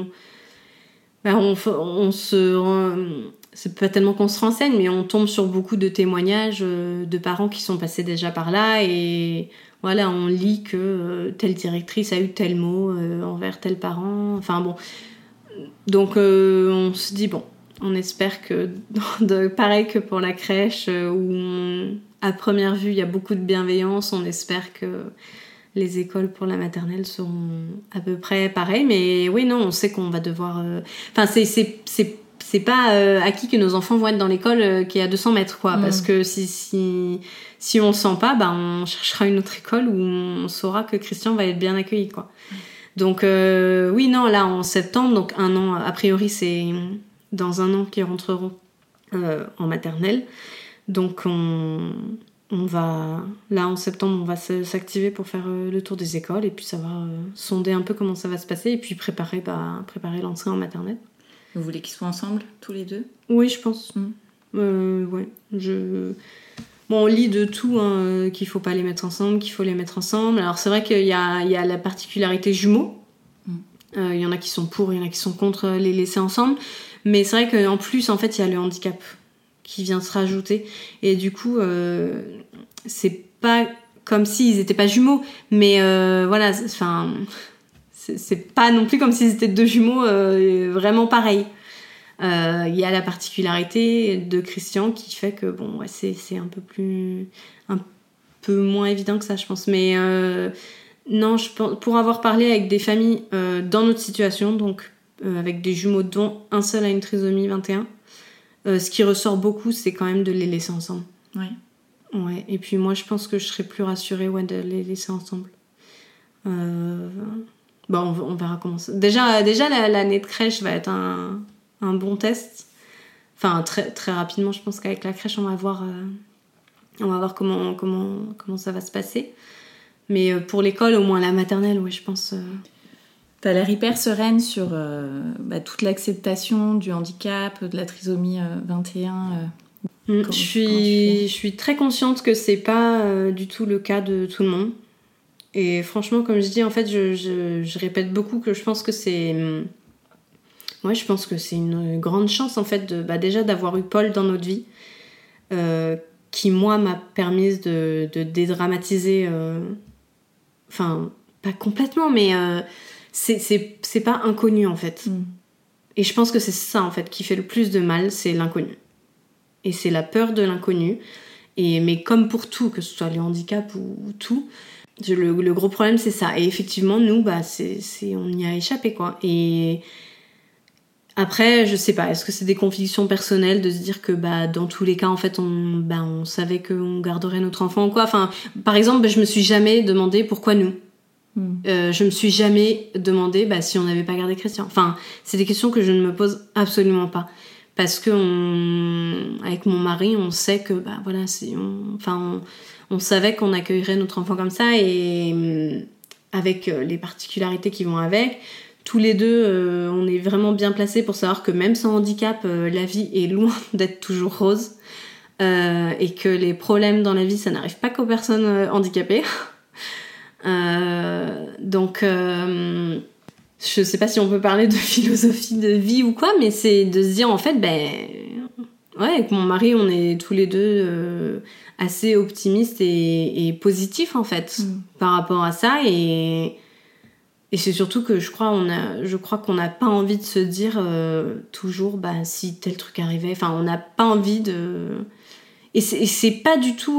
C'est pas tellement qu'on se renseigne, mais on tombe sur beaucoup de témoignages de parents qui sont passés déjà par là, et voilà, on lit que telle directrice a eu tel mot envers tel parent. Enfin bon, donc on se dit on espère que pareil que pour la crèche où à première vue il y a beaucoup de bienveillance, on espère que les écoles pour la maternelle seront à peu près pareilles. Mais oui, non, on sait qu'on va devoir c'est pas acquis que nos enfants vont être dans l'école qui est à 200 mètres quoi, parce que si on le sent pas, on cherchera une autre école où on saura que Christian va être bien accueilli quoi. Donc oui, non, là en septembre, donc 1 an, a priori c'est dans 1 an qu'ils rentreront en maternelle. Donc on va, là en septembre, on va s'activer pour faire le tour des écoles, et puis ça va sonder un peu comment ça va se passer, et puis préparer l'entrée en maternelle. Vous voulez qu'ils soient ensemble, tous les deux ? Oui, je pense. Ouais. Bon, on lit de tout, hein, qu'il faut pas les mettre ensemble, qu'il faut les mettre ensemble. Alors c'est vrai qu'il y a la particularité jumeaux. Il y en a qui sont pour, il y en a qui sont contre les laisser ensemble. Mais c'est vrai qu'en plus, en fait, il y a le handicap qui vient se rajouter. Et du coup, c'est pas comme s'ils étaient pas jumeaux. Mais voilà, enfin, c'est pas non plus comme s'ils étaient deux jumeaux vraiment pareils. Il y a la particularité de Christian qui fait que bon, ouais, c'est un peu moins évident que ça, je pense. Mais non, je pense, pour avoir parlé avec des familles dans notre situation, donc avec des jumeaux dont un seul a une trisomie 21, ce qui ressort beaucoup, c'est quand même de les laisser ensemble. Ouais. Ouais. Et puis moi, je pense que je serais plus rassurée de les laisser ensemble. Bon, on verra comment ça... Déjà l'année de crèche va être un bon test. Enfin, très, très rapidement, je pense qu'avec la crèche, on va voir comment ça va se passer. Mais pour l'école, au moins la maternelle, ouais, je pense... T'as l'air hyper sereine sur toute l'acceptation du handicap, de la trisomie 21. Je suis très consciente que c'est pas du tout le cas de tout le monde. Et franchement, comme je dis, en fait, je répète beaucoup que je pense que c'est... Ouais, je pense que c'est une grande chance, en fait, déjà d'avoir eu Paul dans notre vie, qui, moi, m'a permise de dédramatiser... Enfin, pas complètement, mais c'est pas inconnu, en fait. Et je pense que c'est ça, en fait, qui fait le plus de mal, c'est l'inconnu. Et c'est la peur de l'inconnu. Mais comme pour tout, que ce soit le handicap ou tout... Le gros problème, c'est ça. Et effectivement, nous, on y a échappé, quoi. Et après, je sais pas, est-ce que c'est des convictions personnelles de se dire que dans tous les cas, en fait, on savait qu'on garderait notre enfant ou quoi. Enfin, par exemple, je me suis jamais demandé pourquoi nous. Je me suis jamais demandé si on n'avait pas gardé Christian. Enfin, c'est des questions que je ne me pose absolument pas. Parce que avec mon mari, on sait que, voilà, on savait qu'on accueillerait notre enfant comme ça, et avec les particularités qui vont avec, tous les deux, on est vraiment bien placés pour savoir que même sans handicap, la vie est loin d'être toujours rose, et que les problèmes dans la vie, ça n'arrive pas qu'aux personnes handicapées. Donc, je sais pas si on peut parler de philosophie de vie ou quoi, mais c'est de se dire, en fait, ouais, avec mon mari, on est tous les deux assez optimistes et positifs, en fait, par rapport à ça. Et c'est surtout que je crois qu'on n'a pas envie de se dire toujours si tel truc arrivait. Enfin, on n'a pas envie de... Et c'est pas du tout...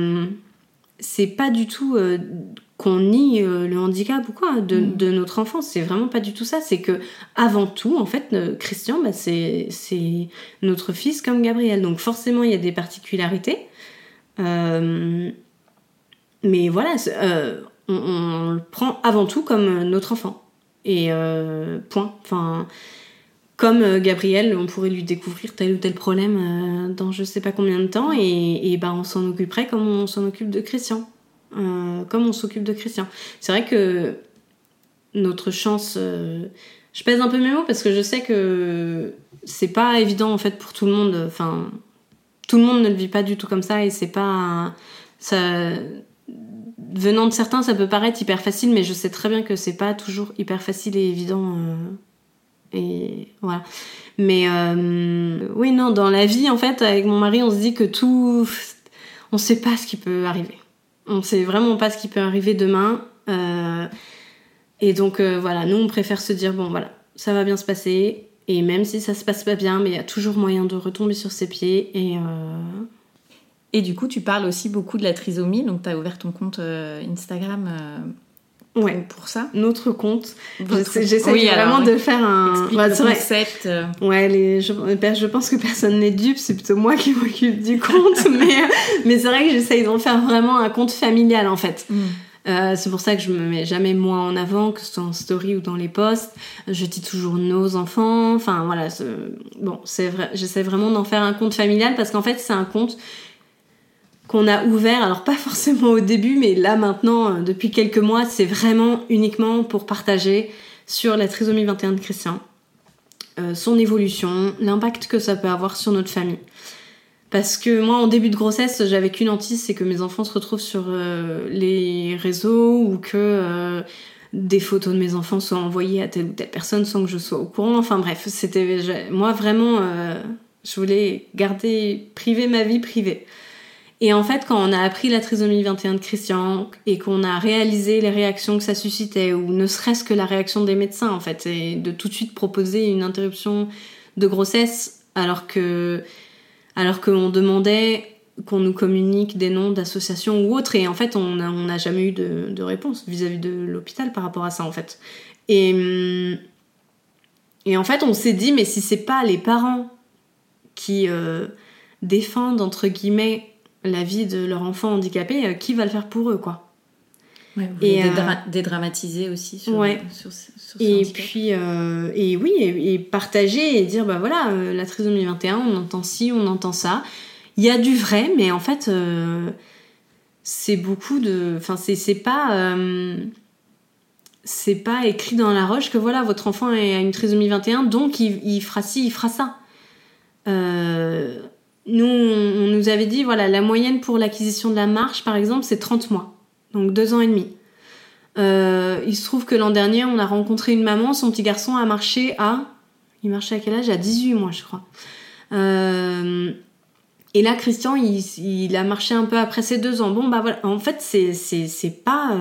qu'on nie le handicap ou quoi de notre enfance, c'est vraiment pas du tout ça. C'est que avant tout, en fait, Christian, c'est notre fils comme Gabriel, donc forcément il y a des particularités, mais voilà, on le prend avant tout comme notre enfant, et point. Enfin, comme Gabriel, on pourrait lui découvrir tel ou tel problème dans je sais pas combien de temps, et on s'en occuperait comme on s'en occupe de Christian. Comme on s'occupe de Christian. C'est vrai que notre chance... je pèse un peu mes mots parce que je sais que c'est pas évident, en fait, pour tout le monde. Enfin, tout le monde ne le vit pas du tout comme ça, et c'est pas... Ça... Venant de certains, ça peut paraître hyper facile, mais je sais très bien que c'est pas toujours hyper facile et évident. Et voilà. Mais oui, non, dans la vie, en fait, avec mon mari, on se dit que tout... On sait pas ce qui peut arriver. On sait vraiment pas ce qui peut arriver demain. Et donc, voilà, nous, on préfère se dire, bon, voilà, ça va bien se passer. Et même si ça se passe pas bien, mais il y a toujours moyen de retomber sur ses pieds. Et du coup, tu parles aussi beaucoup de la trisomie. Donc, tu as ouvert ton compte Instagram ouais, pour ça. Notre compte. J'essaie vraiment de faire un... Explique le concept. Ouais, je pense que personne n'est dupe, c'est plutôt moi qui m'occupe du compte. mais c'est vrai que j'essaye d'en faire vraiment un compte familial, en fait. C'est pour ça que je me mets jamais moi en avant, que ce soit en story ou dans les posts. Je dis toujours nos enfants. Enfin, voilà. C'est vrai. J'essaie vraiment d'en faire un compte familial parce qu'en fait, c'est un compte qu'on a ouvert, alors pas forcément au début, mais là maintenant, depuis quelques mois, c'est vraiment uniquement pour partager sur la trisomie 21 de Christian, son évolution, l'impact que ça peut avoir sur notre famille. Parce que moi, en début de grossesse, j'avais qu'une hantise, c'est que mes enfants se retrouvent sur les réseaux ou que des photos de mes enfants soient envoyées à telle ou telle personne sans que je sois au courant. Enfin bref, moi vraiment, je voulais priver ma vie privée. Et en fait, quand on a appris la trisomie 21 de Christian et qu'on a réalisé les réactions que ça suscitait, ou ne serait-ce que la réaction des médecins, en fait, et de tout de suite proposer une interruption de grossesse alors qu'on demandait qu'on nous communique des noms d'associations ou autres, et en fait, on n'a jamais eu de réponse vis-à-vis de l'hôpital par rapport à ça, en fait. Et en fait, on s'est dit, mais si c'est pas les parents qui défendent, entre guillemets, la vie de leur enfant handicapé, qui va le faire pour eux, quoi. Ouais, vous voulez dédramatiser aussi sur ce et handicap. Puis et partager et dire voilà, la trisomie 21, on entend ci, on entend ça, il y a du vrai, mais en fait c'est beaucoup de, enfin c'est pas écrit dans la roche que voilà, votre enfant a une trisomie 21, donc il fera ci, il fera ça. Nous, on nous avait dit, voilà, la moyenne pour l'acquisition de la marche, par exemple, c'est 30 mois. Donc 2 ans et demi. Il se trouve que l'an dernier, on a rencontré une maman, son petit garçon a marché il marchait à quel âge ? À 18 mois, je crois. Et là, Christian, il a marché un peu après ses 2 ans. Bon, bah voilà, en fait, c'est pas...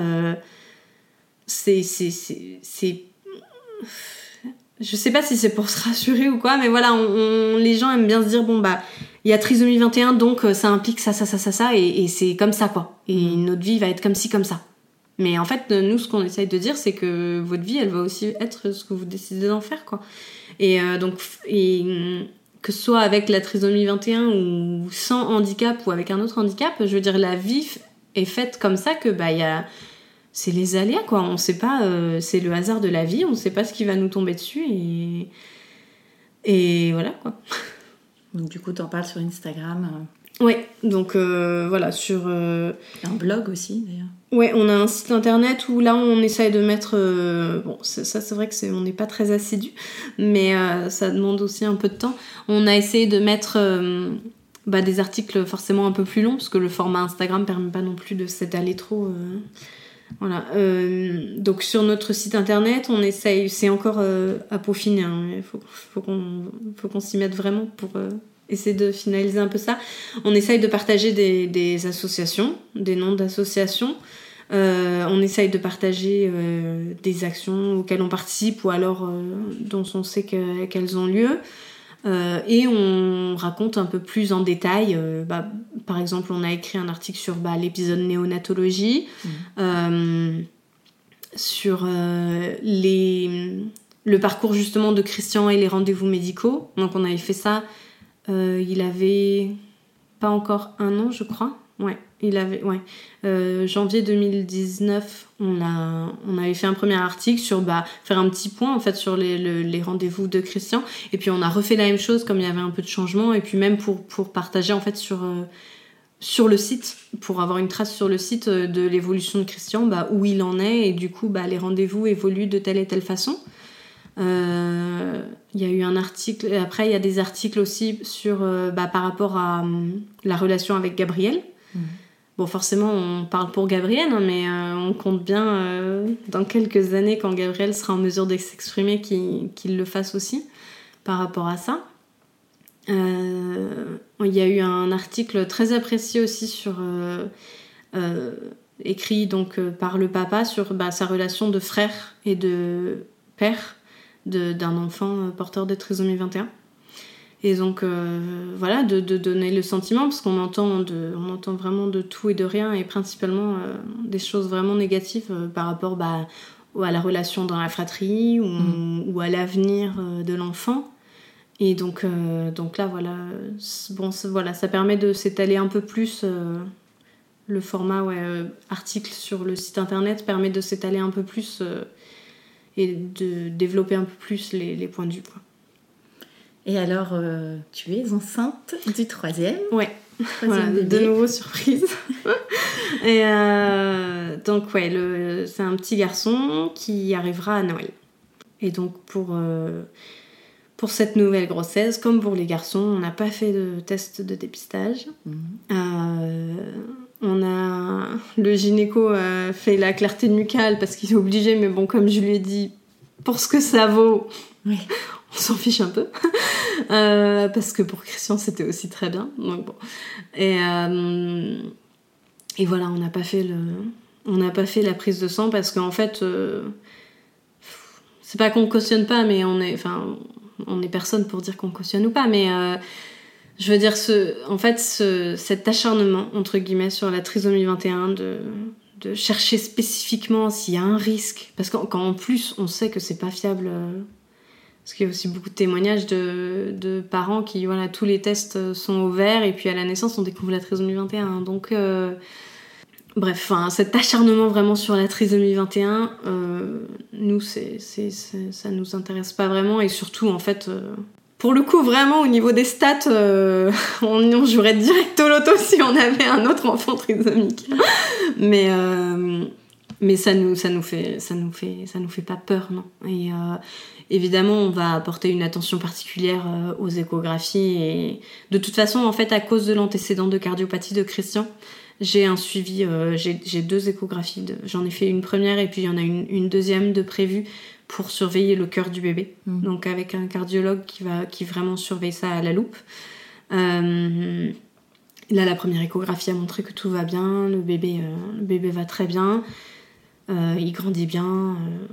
Je sais pas si c'est pour se rassurer ou quoi, mais voilà, les gens aiment bien se dire, bon bah, il y a trisomie 21, donc ça implique ça, et c'est comme ça, quoi. Et notre vie va être comme ci, comme ça. Mais en fait, nous, ce qu'on essaye de dire, c'est que votre vie, elle va aussi être ce que vous décidez d'en faire, quoi. Et que ce soit avec la trisomie 21 ou sans handicap ou avec un autre handicap, je veux dire, la vie est faite comme ça, que bah, c'est les aléas, quoi. On sait pas, c'est le hasard de la vie, on sait pas ce qui va nous tomber dessus, et voilà, quoi. Donc du coup, t'en parles sur Instagram. Ouais, donc voilà, sur... Un blog aussi, d'ailleurs. Ouais, on a un site internet où là, on essaye de mettre... bon, ça, c'est vrai que on n'est pas très assidu, mais ça demande aussi un peu de temps. On a essayé de mettre des articles forcément un peu plus longs, parce que le format Instagram permet pas non plus de s'étaler trop... Voilà. Donc sur notre site internet, on essaye, c'est encore à peaufiner, hein, il faut qu'on s'y mette vraiment pour essayer de finaliser un peu ça. On essaye de partager des associations, des noms d'associations. On essaye de partager des actions auxquelles on participe ou alors dont on sait qu'elles ont lieu. Et on raconte un peu plus en détail. Par exemple, on a écrit un article sur l'épisode néonatologie, sur le parcours justement de Christian et les rendez-vous médicaux. Donc on avait fait ça, il avait pas encore 1 an, je crois. Janvier 2019, on avait fait un premier article sur faire un petit point en fait sur les rendez-vous de Christian, et puis on a refait la même chose comme il y avait un peu de changement, et puis même pour partager en fait sur le site, pour avoir une trace sur le site de l'évolution de Christian, où il en est, et du coup les rendez-vous évoluent de telle et telle façon. Il y a eu un article, après il y a des articles aussi sur par rapport à la relation avec Gabriel. Bon, forcément, on parle pour Gabriel, hein, mais on compte bien dans quelques années, quand Gabriel sera en mesure de s'exprimer, qu'il le fasse aussi par rapport à ça. Il y a eu un article très apprécié aussi écrit donc par le papa sur sa relation de frère et de père d'un enfant porteur de trisomie 21. Et donc voilà, de donner le sentiment, parce qu'on entend vraiment de tout et de rien, et principalement des choses vraiment négatives par rapport à la relation dans la fratrie ou à l'avenir de l'enfant. Et donc là voilà, ça permet de s'étaler un peu plus. Le format article sur le site internet permet de s'étaler un peu plus et de développer un peu plus les points de vue, quoi. Et alors, tu es enceinte du 3e. Ouais, voilà, de nouveau surprise. Et donc, c'est un petit garçon qui arrivera à Noël. Et donc, pour cette nouvelle grossesse, comme pour les garçons, on n'a pas fait de test de dépistage. Le gynéco a fait la clarté nucale parce qu'il est obligé, mais bon, comme je lui ai dit, pour ce que ça vaut, on s'en fiche un peu. Parce que pour Christian, c'était aussi très bien. Donc bon. Et voilà, on n'a pas fait la prise de sang parce qu'en fait, c'est pas qu'on cautionne pas, mais on est personne pour dire qu'on cautionne ou pas, mais je veux dire, cet acharnement, entre guillemets, sur la trisomie 21, de chercher spécifiquement s'il y a un risque, parce qu'en plus, on sait que c'est pas fiable, parce qu'il y a aussi beaucoup de témoignages de parents qui, voilà, tous les tests sont au vert, et puis à la naissance, on découvre la trisomie 21, donc... Bref, cet acharnement vraiment sur la trisomie 21, nous, ça nous intéresse pas vraiment, et surtout, en fait... Pour le coup, vraiment, au niveau des stats, on jouerait direct au loto si on avait un autre enfant trisomique. Mais ça nous fait pas peur, non. Et évidemment, on va apporter une attention particulière aux échographies. Et de toute façon, en fait, à cause de l'antécédent de cardiopathie de Christian, j'ai un suivi. J'ai 2 échographies. J'en ai fait une première et puis il y en a une deuxième de prévue pour surveiller le cœur du bébé. Donc avec un cardiologue qui vraiment surveille ça à la loupe. Là, la première échographie a montré que tout va bien, le bébé va très bien, il grandit bien.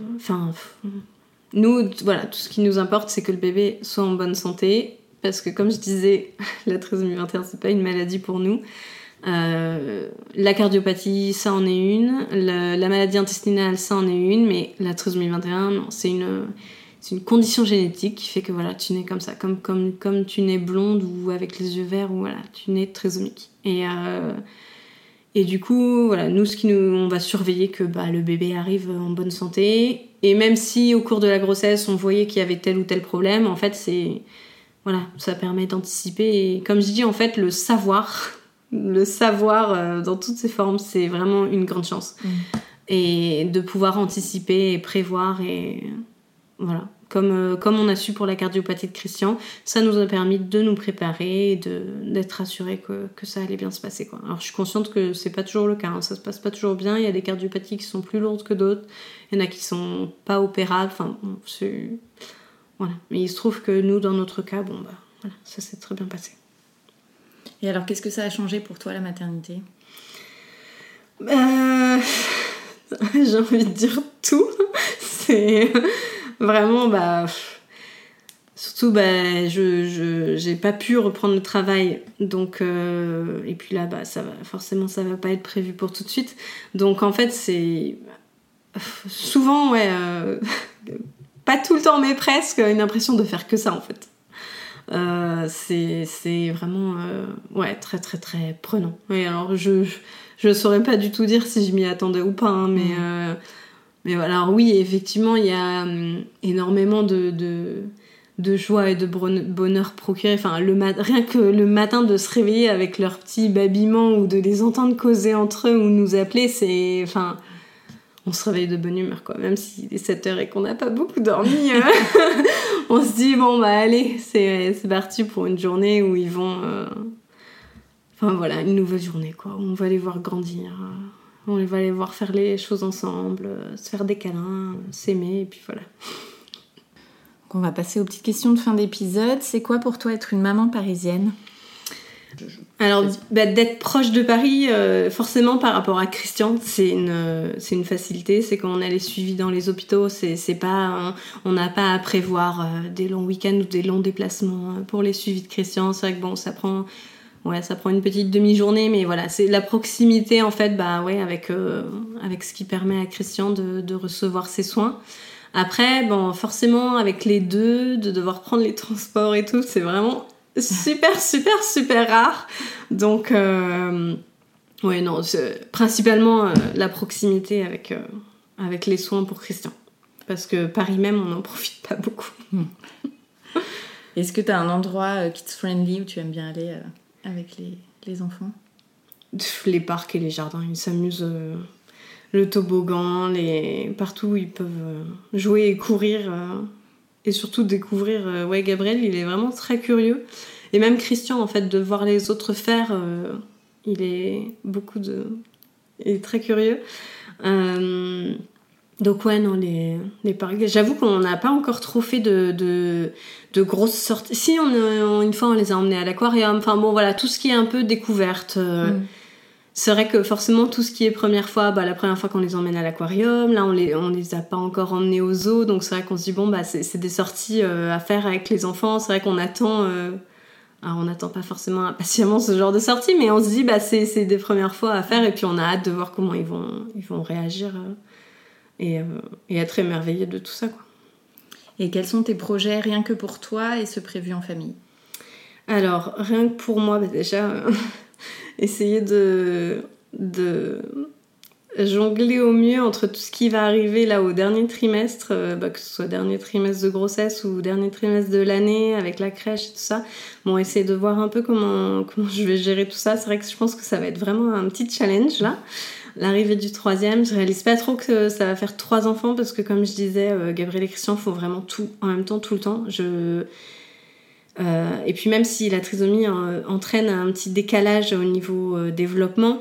Nous, voilà, tout ce qui nous importe, c'est que le bébé soit en bonne santé, parce que comme je disais, la trisomie 21, c'est pas une maladie pour nous. La cardiopathie, ça en est une. La maladie intestinale, ça en est une. Mais la trisomie 21, non, c'est une condition génétique qui fait que voilà, tu nais comme ça, comme tu nais blonde ou avec les yeux verts, ou voilà, tu nais trisomique. Et du coup, voilà, nous, on va surveiller que le bébé arrive en bonne santé. Et même si au cours de la grossesse, on voyait qu'il y avait tel ou tel problème, en fait, ça permet d'anticiper. Et comme je dis, en fait, le savoir dans toutes ses formes, c'est vraiment une grande chance. Et de pouvoir anticiper et prévoir, et voilà, comme on a su pour la cardiopathie de Christian, ça nous a permis de nous préparer et d'être rassurés que ça allait bien se passer, quoi. Alors je suis consciente que c'est pas toujours le cas, hein, ça se passe pas toujours bien, il y a des cardiopathies qui sont plus lourdes que d'autres, il y en a qui sont pas opérables, voilà. Mais il se trouve que nous, dans notre cas, voilà, ça s'est très bien passé. Et alors, qu'est-ce que ça a changé pour toi, la maternité ? J'ai envie de dire tout. C'est vraiment, surtout, j'ai pas pu reprendre le travail. Donc, et puis là, ça va pas être prévu pour tout de suite. Donc, en fait, c'est souvent, pas tout le temps, mais presque, une impression de faire que ça, en fait. C'est vraiment très très très prenant. Et alors je saurais pas du tout dire si je m'y attendais ou pas, hein, mais voilà. Alors oui, effectivement, il y a énormément de joie et de bonheur procuré. Enfin, rien que le matin de se réveiller avec leur petit babillement ou de les entendre causer entre eux ou nous appeler, on se réveille de bonne humeur, quoi. Même s'il est 7h et qu'on n'a pas beaucoup dormi, on se dit, allez, c'est parti pour une journée où ils vont... une nouvelle journée, quoi. On va les voir grandir, on va les voir faire les choses ensemble, se faire des câlins, s'aimer, et puis voilà. Donc on va passer aux petites questions de fin d'épisode. C'est quoi pour toi être une maman parisienne ? Alors, d'être proche de Paris, forcément par rapport à Christian, c'est une facilité. C'est qu'on a les suivis dans les hôpitaux, on n'a pas à prévoir des longs week-ends ou des longs déplacements pour les suivis de Christian. C'est vrai que ça prend une petite demi-journée, mais voilà, c'est la proximité en fait, avec ce qui permet à Christian de recevoir ses soins. Après, forcément, avec les deux, de devoir prendre les transports et tout, c'est vraiment super, super, super rare. Donc, c'est principalement la proximité avec les soins pour Christian. Parce que Paris même, on n'en profite pas beaucoup. Est-ce que tu as un endroit kids-friendly où tu aimes bien aller avec les enfants ? Les parcs et les jardins, ils s'amusent. Le toboggan, partout où ils peuvent jouer et courir. et surtout découvrir Gabriel, il est vraiment très curieux. Et même Christian, en fait, de voir les autres faire, il est très curieux. Donc les parcs. J'avoue qu'on n'a pas encore trop fait de grosses sorties. Si, une fois on les a emmenés à l'aquarium. Enfin bon, voilà, tout ce qui est un peu découverte. C'est vrai que forcément tout ce qui est première fois, la première fois qu'on les emmène à l'aquarium, là on les a pas encore emmenés au zoo, donc c'est vrai qu'on se dit c'est des sorties à faire avec les enfants. C'est vrai qu'on attend. Alors on n'attend pas forcément impatiemment ce genre de sortie, mais on se dit c'est des premières fois à faire et puis on a hâte de voir comment ils vont réagir et être émerveillés de tout ça, quoi. Et quels sont tes projets rien que pour toi et ce prévu en famille ? Alors rien que pour moi, déjà essayer de jongler au mieux entre tout ce qui va arriver là au dernier trimestre, que ce soit dernier trimestre de grossesse ou dernier trimestre de l'année avec la crèche et tout ça. Bon, essayer de voir un peu comment je vais gérer tout ça. C'est vrai que je pense que ça va être vraiment un petit challenge là. L'arrivée du 3e, je réalise pas trop que ça va faire 3 enfants parce que comme je disais, Gabriel et Christian font vraiment tout en même temps, tout le temps. Et puis même si la trisomie entraîne un petit décalage au niveau développement,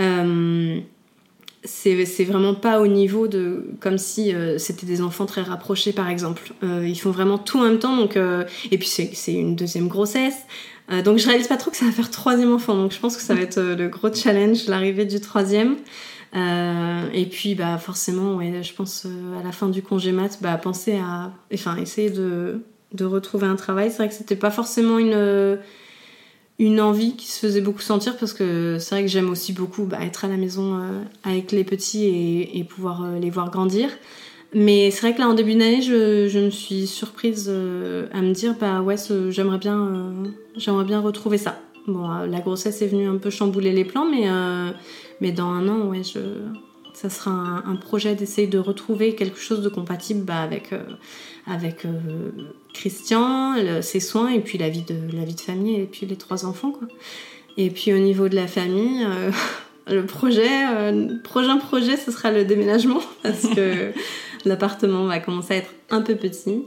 c'est vraiment pas au niveau de comme si c'était des enfants très rapprochés par exemple. Ils font vraiment tout en même temps, donc et puis c'est une 2e grossesse, donc je réalise pas trop que ça va faire 3e enfant, donc je pense que ça va être le gros challenge, l'arrivée du 3e. Et puis forcément je pense à la fin du congé mat penser à essayer de retrouver un travail. C'est vrai que c'était pas forcément une envie qui se faisait beaucoup sentir parce que c'est vrai que j'aime aussi beaucoup être à la maison avec les petits et pouvoir les voir grandir. Mais c'est vrai que là en début d'année je me suis surprise à me dire j'aimerais bien retrouver ça. Bon, la grossesse est venue un peu chambouler les plans, mais dans un an ça sera un projet d'essayer de retrouver quelque chose de compatible avec Christian, ses soins et puis la vie de famille et puis les 3 enfants, quoi. Et puis au niveau de la famille, le prochain projet ce sera le déménagement parce que l'appartement va commencer à être un peu petit.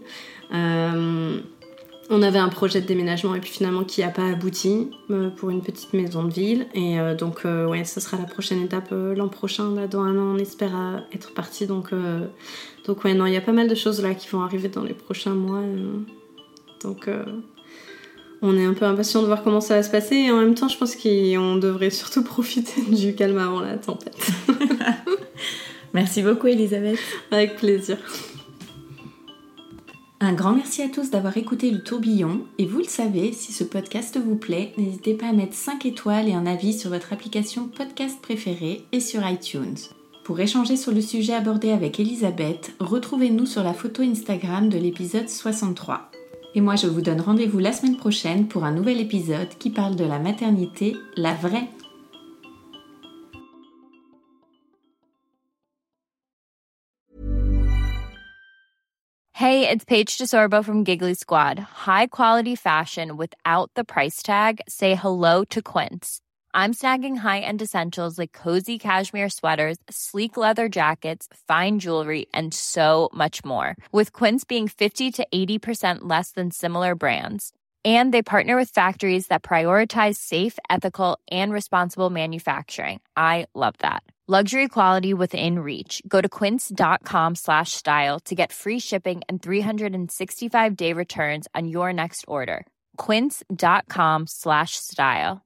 On avait un projet de déménagement et puis finalement qui n'a pas abouti pour une petite maison de ville et donc ça sera la prochaine étape l'an prochain, là, dans un an on espère être parti, donc il y a pas mal de choses là qui vont arriver dans les prochains mois, donc on est un peu impatient de voir comment ça va se passer et en même temps je pense qu'on devrait surtout profiter du calme avant la tempête. Merci beaucoup Elisabeth. Avec plaisir. Un grand merci à tous d'avoir écouté Le Tourbillon, et vous le savez, si ce podcast vous plaît, n'hésitez pas à mettre 5 étoiles et un avis sur votre application podcast préférée et sur iTunes. Pour échanger sur le sujet abordé avec Elisabeth, retrouvez-nous sur la photo Instagram de l'épisode 63. Et moi je vous donne rendez-vous la semaine prochaine pour un nouvel épisode qui parle de la maternité, la vraie. Hey, it's Paige DeSorbo from Giggly Squad. High quality fashion without the price tag. Say hello to Quince. I'm snagging high-end essentials like cozy cashmere sweaters, sleek leather jackets, fine jewelry, and so much more. With Quince being 50 to 80% less than similar brands. And they partner with factories that prioritize safe, ethical, and responsible manufacturing. I love that. Luxury quality within reach. Go to quince.com/style to get free shipping and 365-day returns on your next order. Quince.com/style.